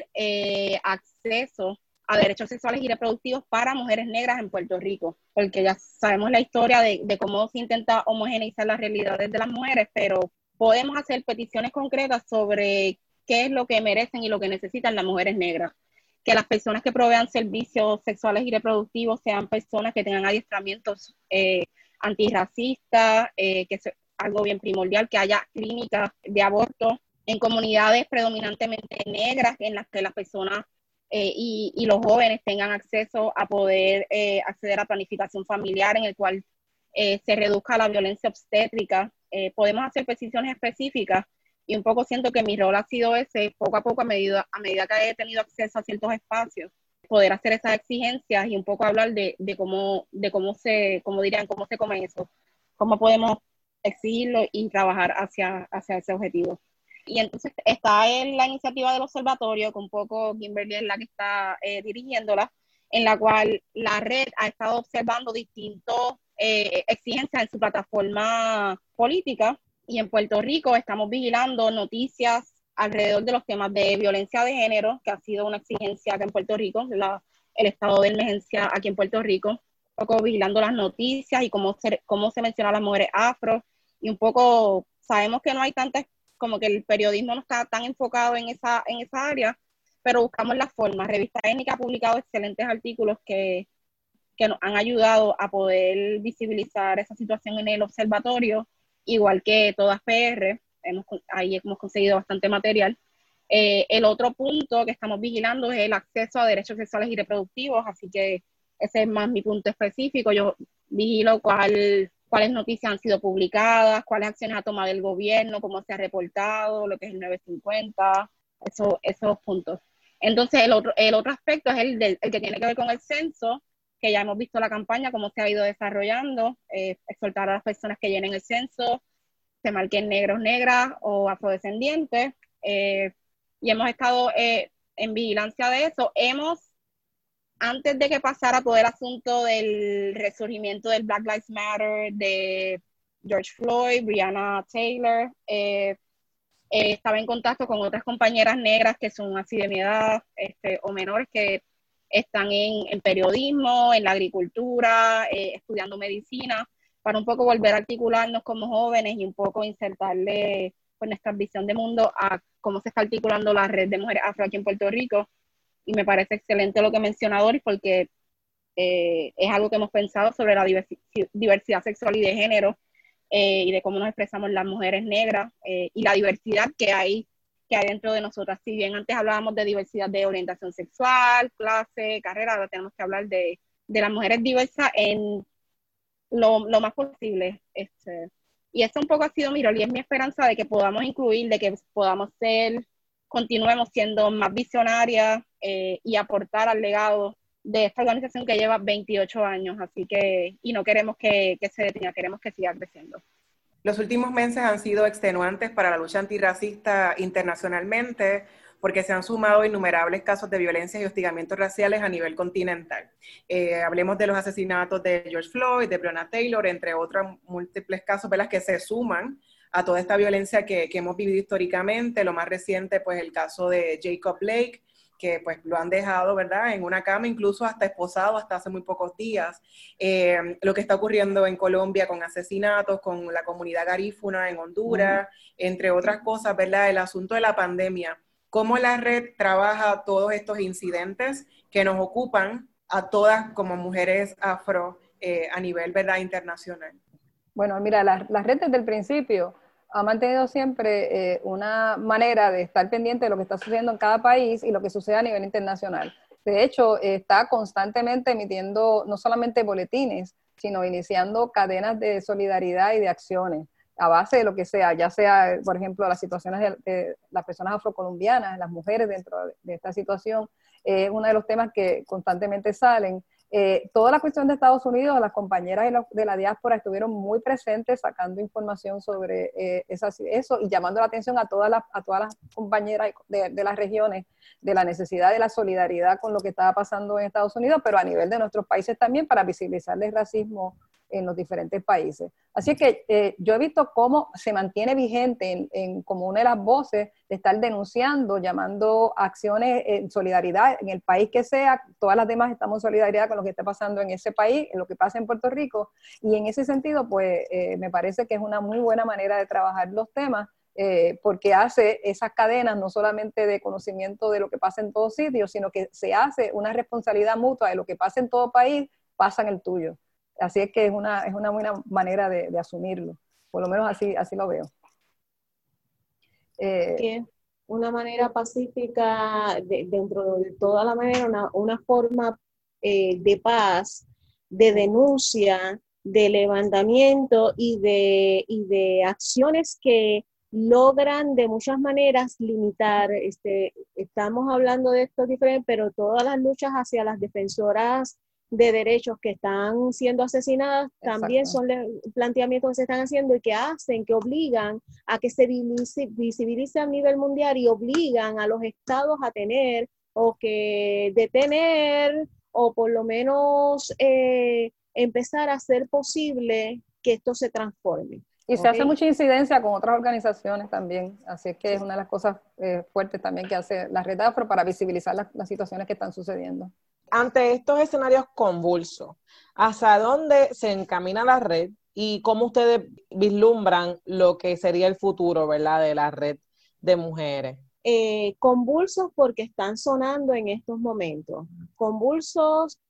acceso a derechos sexuales y reproductivos para mujeres negras en Puerto Rico, porque ya sabemos la historia de cómo se intenta homogeneizar las realidades de las mujeres, pero podemos hacer peticiones concretas sobre qué es lo que merecen y lo que necesitan las mujeres negras. Que las personas que provean servicios sexuales y reproductivos sean personas que tengan adiestramientos antirracistas, que es algo bien primordial, que haya clínicas de aborto en comunidades predominantemente negras, en las que las personas y los jóvenes tengan acceso a poder acceder a planificación familiar, en el cual se reduzca la violencia obstétrica. Podemos hacer peticiones específicas, y un poco siento que mi rol ha sido ese, poco a poco, a medida que he tenido acceso a ciertos espacios, poder hacer esas exigencias y un poco hablar de cómo se come eso, cómo podemos exigirlo y trabajar hacia ese objetivo. Y entonces está la iniciativa del observatorio, que un poco Kimberly es la que está dirigiéndola, en la cual la red ha estado observando distintas exigencias en su plataforma política. Y en Puerto Rico estamos vigilando noticias alrededor de los temas de violencia de género, que ha sido una exigencia acá en Puerto Rico, el estado de emergencia aquí en Puerto Rico, un poco vigilando las noticias y cómo se menciona a las mujeres afro, y un poco sabemos que no hay tantas, como que el periodismo no está tan enfocado en esa área, pero buscamos las formas. Revista Étnica ha publicado excelentes artículos que nos han ayudado a poder visibilizar esa situación en el observatorio, igual que Todas PR, ahí hemos conseguido bastante material. El otro punto que estamos vigilando es el acceso a derechos sexuales y reproductivos, así que ese es más mi punto específico. Yo vigilo cuáles noticias han sido publicadas, cuáles acciones ha tomado el gobierno, cómo se ha reportado, lo que es el 950, esos puntos. Entonces, el otro aspecto es el que tiene que ver con el censo, que ya hemos visto la campaña, cómo se ha ido desarrollando, exhortar a las personas que llenen el censo, se marquen negros, negras o afrodescendientes, y hemos estado en vigilancia de eso. Antes de que pasara todo el asunto del resurgimiento del Black Lives Matter, de George Floyd, Breonna Taylor, estaba en contacto con otras compañeras negras que son así de mi edad, o menores, que están en periodismo, en la agricultura, estudiando medicina, para un poco volver a articularnos como jóvenes y un poco insertarle pues, nuestra visión de mundo a cómo se está articulando la red de mujeres afro aquí en Puerto Rico. Y me parece excelente lo que menciona Doris, porque es algo que hemos pensado sobre la diversidad sexual y de género, y de cómo nos expresamos las mujeres negras, y la diversidad que hay dentro de nosotras. Si bien antes hablábamos de diversidad de orientación sexual, clase, carrera, ahora tenemos que hablar de las mujeres diversas en lo más posible. Y eso un poco ha sido mi rol, y es mi esperanza de que podamos incluir, de que podamos continuemos siendo más visionarias, y aportar al legado de esta organización que lleva 28 años, y no queremos que se detenga, queremos que siga creciendo. Los últimos meses han sido extenuantes para la lucha antirracista internacionalmente, porque se han sumado innumerables casos de violencia y hostigamientos raciales a nivel continental. Hablemos de los asesinatos de George Floyd, de Breonna Taylor, entre otros múltiples casos, ¿verdad?, que se suman a toda esta violencia que hemos vivido históricamente. Lo más reciente, pues el caso de Jacob Blake, que pues lo han dejado, ¿verdad?, en una cama, incluso hasta esposado hasta hace muy pocos días. Lo que está ocurriendo en Colombia con asesinatos, con la comunidad garífuna en Honduras, entre otras cosas, ¿verdad?, el asunto de la pandemia. ¿Cómo la red trabaja todos estos incidentes que nos ocupan a todas como mujeres afro a nivel, ¿verdad?, internacional? Bueno, mira, la red desde el principio ha mantenido siempre una manera de estar pendiente de lo que está sucediendo en cada país y lo que sucede a nivel internacional. De hecho, está constantemente emitiendo no solamente boletines, sino iniciando cadenas de solidaridad y de acciones a base de lo que sea, ya sea, por ejemplo, las situaciones de las personas afrocolombianas, las mujeres dentro de esta situación, es uno de los temas que constantemente salen. Toda la cuestión de Estados Unidos, las compañeras de la diáspora estuvieron muy presentes sacando información sobre eso y llamando la atención a todas las compañeras de las regiones de la necesidad de la solidaridad con lo que estaba pasando en Estados Unidos, pero a nivel de nuestros países también para visibilizar el racismo en los diferentes países. Así es que yo he visto cómo se mantiene vigente como una de las voces de estar denunciando, llamando a acciones en solidaridad en el país que sea. Todas las demás estamos en solidaridad con lo que está pasando en ese país, en lo que pasa en Puerto Rico, y en ese sentido, pues me parece que es una muy buena manera de trabajar los temas, porque hace esas cadenas no solamente de conocimiento de lo que pasa en todos sitios, sino que se hace una responsabilidad mutua de lo que pasa en todo país, pasa en el tuyo. Así es que es una buena manera de asumirlo, por lo menos así lo veo. Que una manera pacífica, dentro de toda la manera, una forma de paz, de denuncia, de levantamiento y de acciones que logran de muchas maneras limitar, estamos hablando de esto diferente, pero todas las luchas hacia las defensoras de derechos que están siendo asesinadas. Exacto. También son planteamientos que se están haciendo y que hacen, que obligan a que se visibilice a nivel mundial y obligan a los estados a tener o que detener o por lo menos empezar a hacer posible que esto se transforme. Y se hace mucha incidencia con otras organizaciones también, así es que es una de las cosas fuertes también que hace la Red Afro para visibilizar las situaciones que están sucediendo. Ante estos escenarios convulsos, ¿hacia dónde se encamina la red y cómo ustedes vislumbran lo que sería el futuro, ¿verdad?, de la red de mujeres? Convulsos porque están sonando en estos momentos, convulsos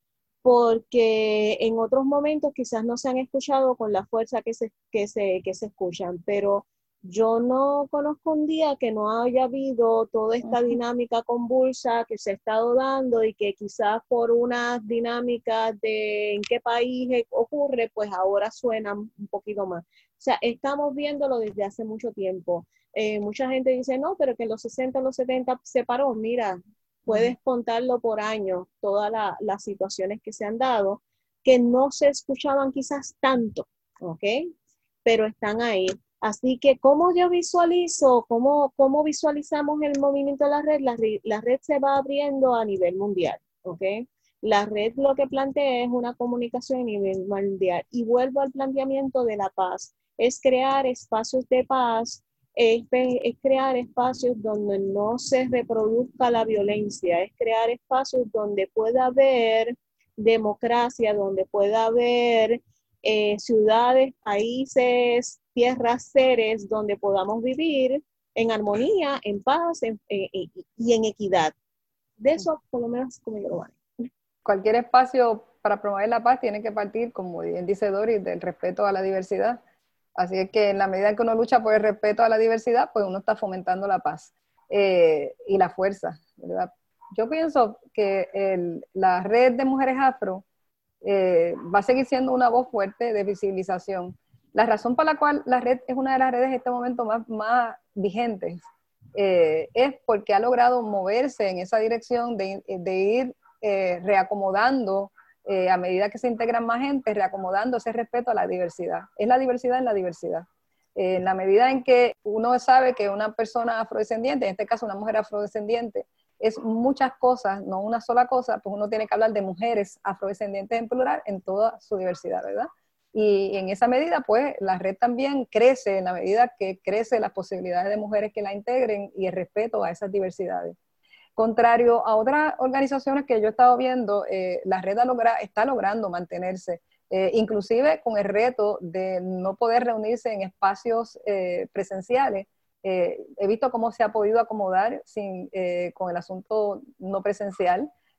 porque en otros momentos quizás no se han escuchado con la fuerza que se escuchan, pero yo no conozco un día que no haya habido toda esta dinámica convulsa que se ha estado dando y que quizás por unas dinámicas de en qué país ocurre, pues ahora suenan un poquito más. O sea, estamos viéndolo desde hace mucho tiempo. Mucha gente dice, no, pero que en los 60, en los 70 se paró. Mira, puedes contarlo por años, todas las situaciones que se han dado, que no se escuchaban quizás tanto, ¿ok? Pero están ahí. Así que, ¿cómo yo visualizo, cómo visualizamos el movimiento de la red? La red se va abriendo a nivel mundial, ¿ok? La red lo que plantea es una comunicación a nivel mundial. Y vuelvo al planteamiento de la paz. Es crear espacios de paz, es crear espacios donde no se reproduzca la violencia, es crear espacios donde pueda haber democracia, donde pueda haber ciudades, países, tierras, seres, donde podamos vivir en armonía, en paz y en equidad. De eso, por lo menos, como yo lo veo. Cualquier espacio para promover la paz tiene que partir, como bien dice Doris, del respeto a la diversidad. Así es que en la medida en que uno lucha por el respeto a la diversidad, pues uno está fomentando la paz y la fuerza, ¿verdad? Yo pienso que la red de mujeres afro va a seguir siendo una voz fuerte de visibilización. La razón por la cual la red es una de las redes en este momento más vigentes es porque ha logrado moverse en esa dirección de ir reacomodando a medida que se integran más gente, reacomodando ese respeto a la diversidad. Es la diversidad en la diversidad. En la medida en que uno sabe que una persona afrodescendiente, en este caso una mujer afrodescendiente, es muchas cosas, no una sola cosa, pues uno tiene que hablar de mujeres afrodescendientes en plural en toda su diversidad, ¿verdad? Y en esa medida, pues, la red también crece en la medida que crecen las posibilidades de mujeres que la integren y el respeto a esas diversidades. Contrario a otras organizaciones que yo he estado viendo, la red está logrando mantenerse, inclusive con el reto de no poder reunirse en espacios presenciales. He visto cómo se ha podido acomodar con el asunto no presencial.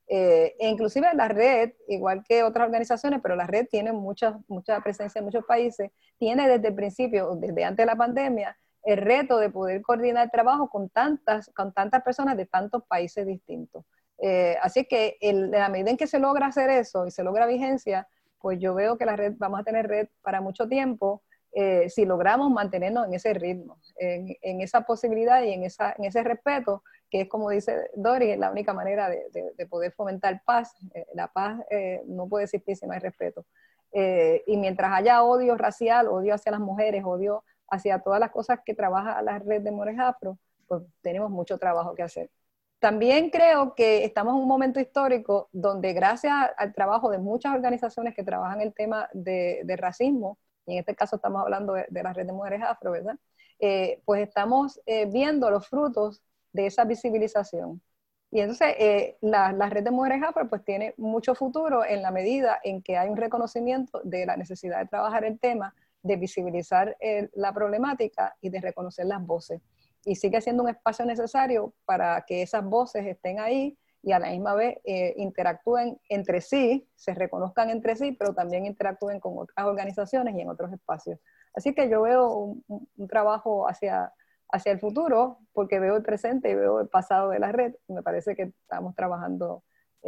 E inclusive la red, igual que otras organizaciones, pero la red tiene mucha presencia en muchos países, tiene desde el principio, desde antes de la pandemia, el reto de poder coordinar trabajo con tantas personas de tantos países distintos. Así que en la medida en que se logra hacer eso y se logra vigencia, pues yo veo que la red, vamos a tener red para mucho tiempo, si logramos mantenernos en ese ritmo, en esa posibilidad y en ese respeto, que es como dice Doris, es la única manera de poder fomentar paz. La paz no puede existir si no hay respeto. Y mientras haya odio racial, odio hacia las mujeres, odio hacia todas las cosas que trabaja la red de Mujeres Afro, pues tenemos mucho trabajo que hacer. También creo que estamos en un momento histórico donde gracias al trabajo de muchas organizaciones que trabajan el tema de racismo, y en este caso estamos hablando de la red de Mujeres Afro, ¿verdad? Pues estamos viendo los frutos de esa visibilización. Y entonces la red de Mujeres Afro pues tiene mucho futuro en la medida en que hay un reconocimiento de la necesidad de trabajar el tema, de visibilizar la problemática y de reconocer las voces. Y sigue siendo un espacio necesario para que esas voces estén ahí y a la misma vez interactúen entre sí, se reconozcan entre sí, pero también interactúen con otras organizaciones y en otros espacios. Así que yo veo un trabajo hacia el futuro, porque veo el presente y veo el pasado de la red, y me parece que estamos trabajando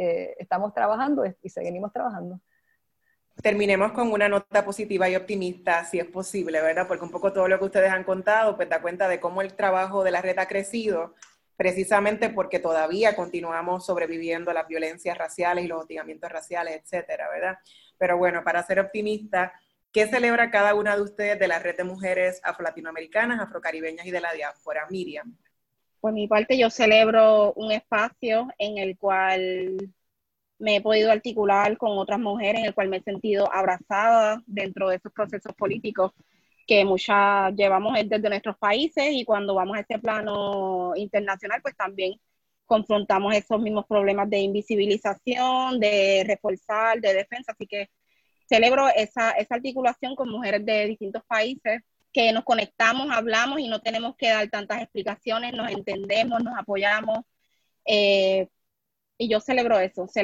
y seguimos trabajando. Terminemos con una nota positiva y optimista, si es posible, ¿verdad? Porque un poco todo lo que ustedes han contado, pues da cuenta de cómo el trabajo de la red ha crecido, precisamente porque todavía continuamos sobreviviendo las violencias raciales y los hostigamientos raciales, etcétera, ¿verdad? Pero bueno, para ser optimista, ¿qué celebra cada una de ustedes de la red de mujeres afro-latinoamericanas, afrocaribeñas y de la diáspora? Miriam. Por mi parte, yo celebro un espacio en el cual me he podido articular con otras mujeres, en el cual me he sentido abrazada dentro de esos procesos políticos que muchas llevamos desde nuestros países, y cuando vamos a este plano internacional, pues también confrontamos esos mismos problemas de invisibilización, de reforzar, de defensa. Así que celebro esa articulación con mujeres de distintos países, que nos conectamos, hablamos y no tenemos que dar tantas explicaciones, nos entendemos, nos apoyamos. Y yo celebro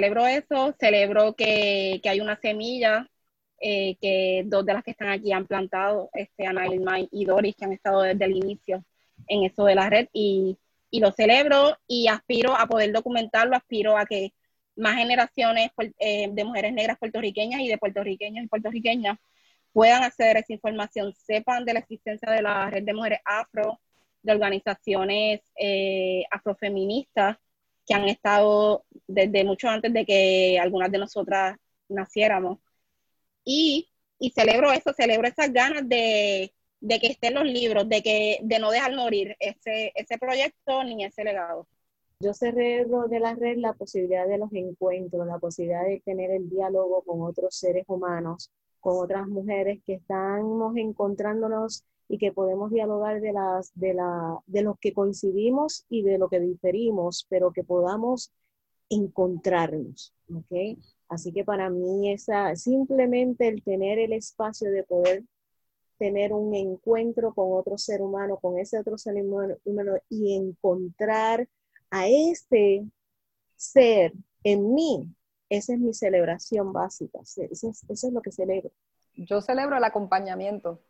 que hay una semilla que dos de las que están aquí han plantado, Ana Ilma y Doris, que han estado desde el inicio en eso de la red, y lo celebro y aspiro a poder documentarlo, aspiro a que más generaciones de mujeres negras puertorriqueñas y de puertorriqueños y puertorriqueñas puedan acceder a esa información, sepan de la existencia de la red de mujeres afro, de organizaciones afrofeministas que han estado desde mucho antes de que algunas de nosotras naciéramos. Y celebro esas ganas de que estén los libros, de no dejar morir ese proyecto ni ese legado. Yo celebro de la red la posibilidad de los encuentros, la posibilidad de tener el diálogo con otros seres humanos, con otras mujeres que estamos encontrándonos y que podemos dialogar de los que coincidimos y de lo que diferimos, pero que podamos encontrarnos, ¿ok? Así que para mí simplemente el tener el espacio de poder tener un encuentro con otro ser humano, con ese otro ser humano y encontrar a ese ser en mí, esa es mi celebración básica, eso es lo que celebro. Yo celebro el acompañamiento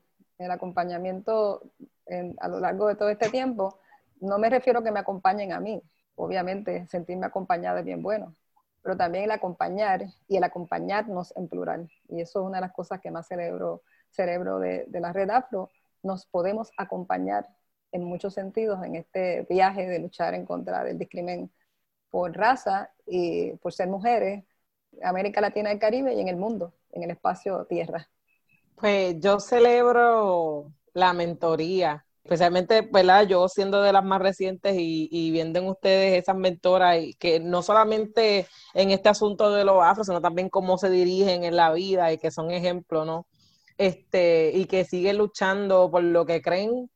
a lo largo de todo este tiempo. No me refiero a que me acompañen a mí, obviamente sentirme acompañada es bien bueno, pero también el acompañar y el acompañarnos en plural, y eso es una de las cosas que más celebro de la Red Afro. Nos podemos acompañar en muchos sentidos en este viaje de luchar en contra del discrimen por raza y por ser mujeres, América Latina y el Caribe y en el mundo, en el espacio tierra. Pues yo celebro la mentoría, especialmente, ¿verdad? Yo siendo de las más recientes y viendo en ustedes esas mentoras, y que no solamente en este asunto de los afros, sino también cómo se dirigen en la vida y que son ejemplos, ¿no? Y que siguen luchando por lo que creen.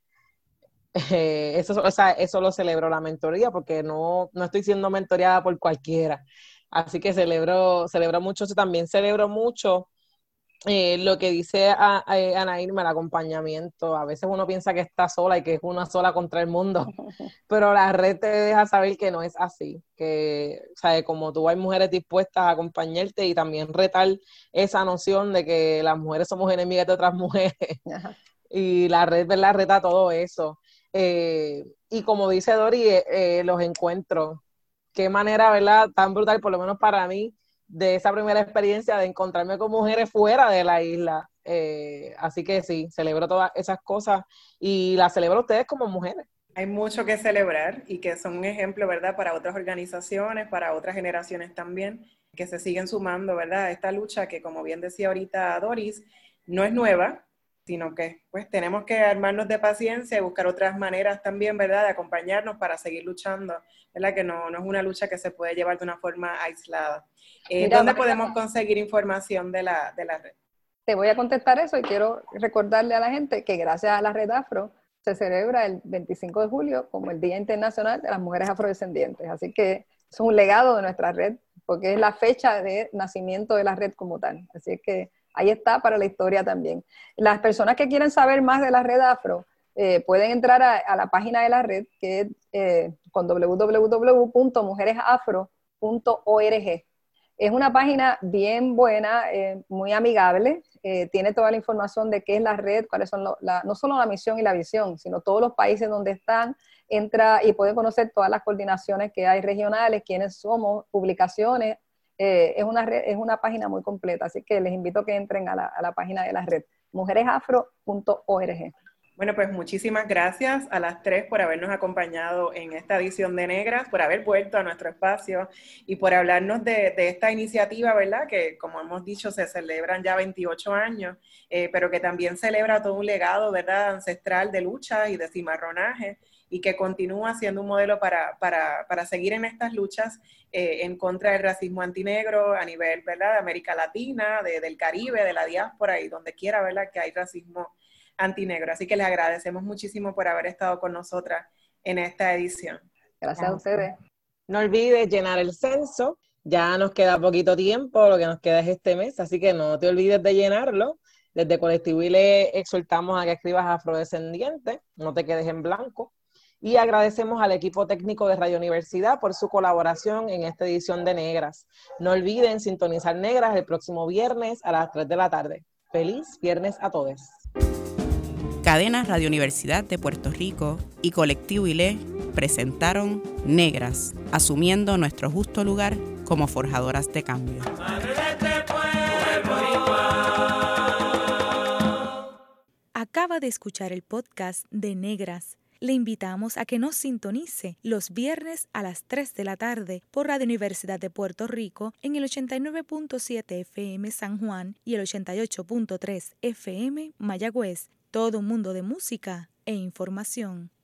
Eso lo celebro, la mentoría, porque no estoy siendo mentoreada por cualquiera. Así que celebro mucho eso. También celebro mucho lo que dice Ana Irma, el acompañamiento, a veces uno piensa que está sola y que es una sola contra el mundo, pero la red te deja saber que no es así, que, o sea, como tú hay mujeres dispuestas a acompañarte y también retar esa noción de que las mujeres somos enemigas de otras mujeres. Ajá. Y la red, ¿verdad?, reta todo eso. Y como dice Dori, los encuentros, qué manera, ¿verdad?, tan brutal, por lo menos para mí, de esa primera experiencia de encontrarme con mujeres fuera de la isla. Así que sí, celebro todas esas cosas y las celebro a ustedes como mujeres. Hay mucho que celebrar y que son un ejemplo, ¿verdad?, para otras organizaciones, para otras generaciones también, que se siguen sumando, ¿verdad?, a esta lucha que, como bien decía ahorita Doris, no es nueva, sino que pues tenemos que armarnos de paciencia y buscar otras maneras también, ¿verdad?, de acompañarnos para seguir luchando, ¿verdad?, que no es una lucha que se puede llevar de una forma aislada. Mira, ¿Dónde Mayra, podemos conseguir información de la red? te voy a contestar eso y quiero recordarle a la gente que gracias a la Red Afro se celebra el 25 de julio como el Día Internacional de las Mujeres Afrodescendientes. Así que es un legado de nuestra red, porque es la fecha de nacimiento de la red como tal. Así que ahí está para la historia también. Las personas que quieren saber más de la Red Afro pueden entrar a la página de la red, que es con www.mujeresafro.org. Es una página bien buena, muy amigable, tiene toda la información de qué es la red, cuáles son no solo la misión y la visión, sino todos los países donde están, entra y puede conocer todas las coordinaciones que hay regionales, quiénes somos, publicaciones. Es una página muy completa, así que les invito a que entren a la página de la red, mujeresafro.org. Bueno, pues muchísimas gracias a las tres por habernos acompañado en esta edición de Negras, por haber vuelto a nuestro espacio y por hablarnos de esta iniciativa, ¿verdad? Que, como hemos dicho, se celebran ya 28 años, pero que también celebra todo un legado, ¿verdad?, ancestral de lucha y de cimarronaje, y que continúa siendo un modelo para seguir en estas luchas en contra del racismo antinegro a nivel, ¿verdad?, de América Latina, del Caribe, de la diáspora y donde quiera, ¿verdad?, que hay racismo antinegro. Así que les agradecemos muchísimo por haber estado con nosotras en esta edición. Gracias a ustedes. No olvides llenar el censo, ya nos queda poquito tiempo, lo que nos queda es este mes, así que no te olvides de llenarlo. Desde Colectivo ILE exhortamos a que escribas afrodescendiente, no te quedes en blanco. Y agradecemos al equipo técnico de Radio Universidad por su colaboración en esta edición de Negras. No olviden sintonizar Negras el próximo viernes a las 3 de la tarde. ¡Feliz viernes a todos! Cadena Radio Universidad de Puerto Rico y Colectivo ILE presentaron Negras, asumiendo nuestro justo lugar como forjadoras de cambio. Acaba de escuchar el podcast de Negras. Le invitamos a que nos sintonice los viernes a las 3 de la tarde por Radio Universidad de Puerto Rico en el 89.7 FM San Juan y el 88.3 FM Mayagüez. Todo un mundo de música e información.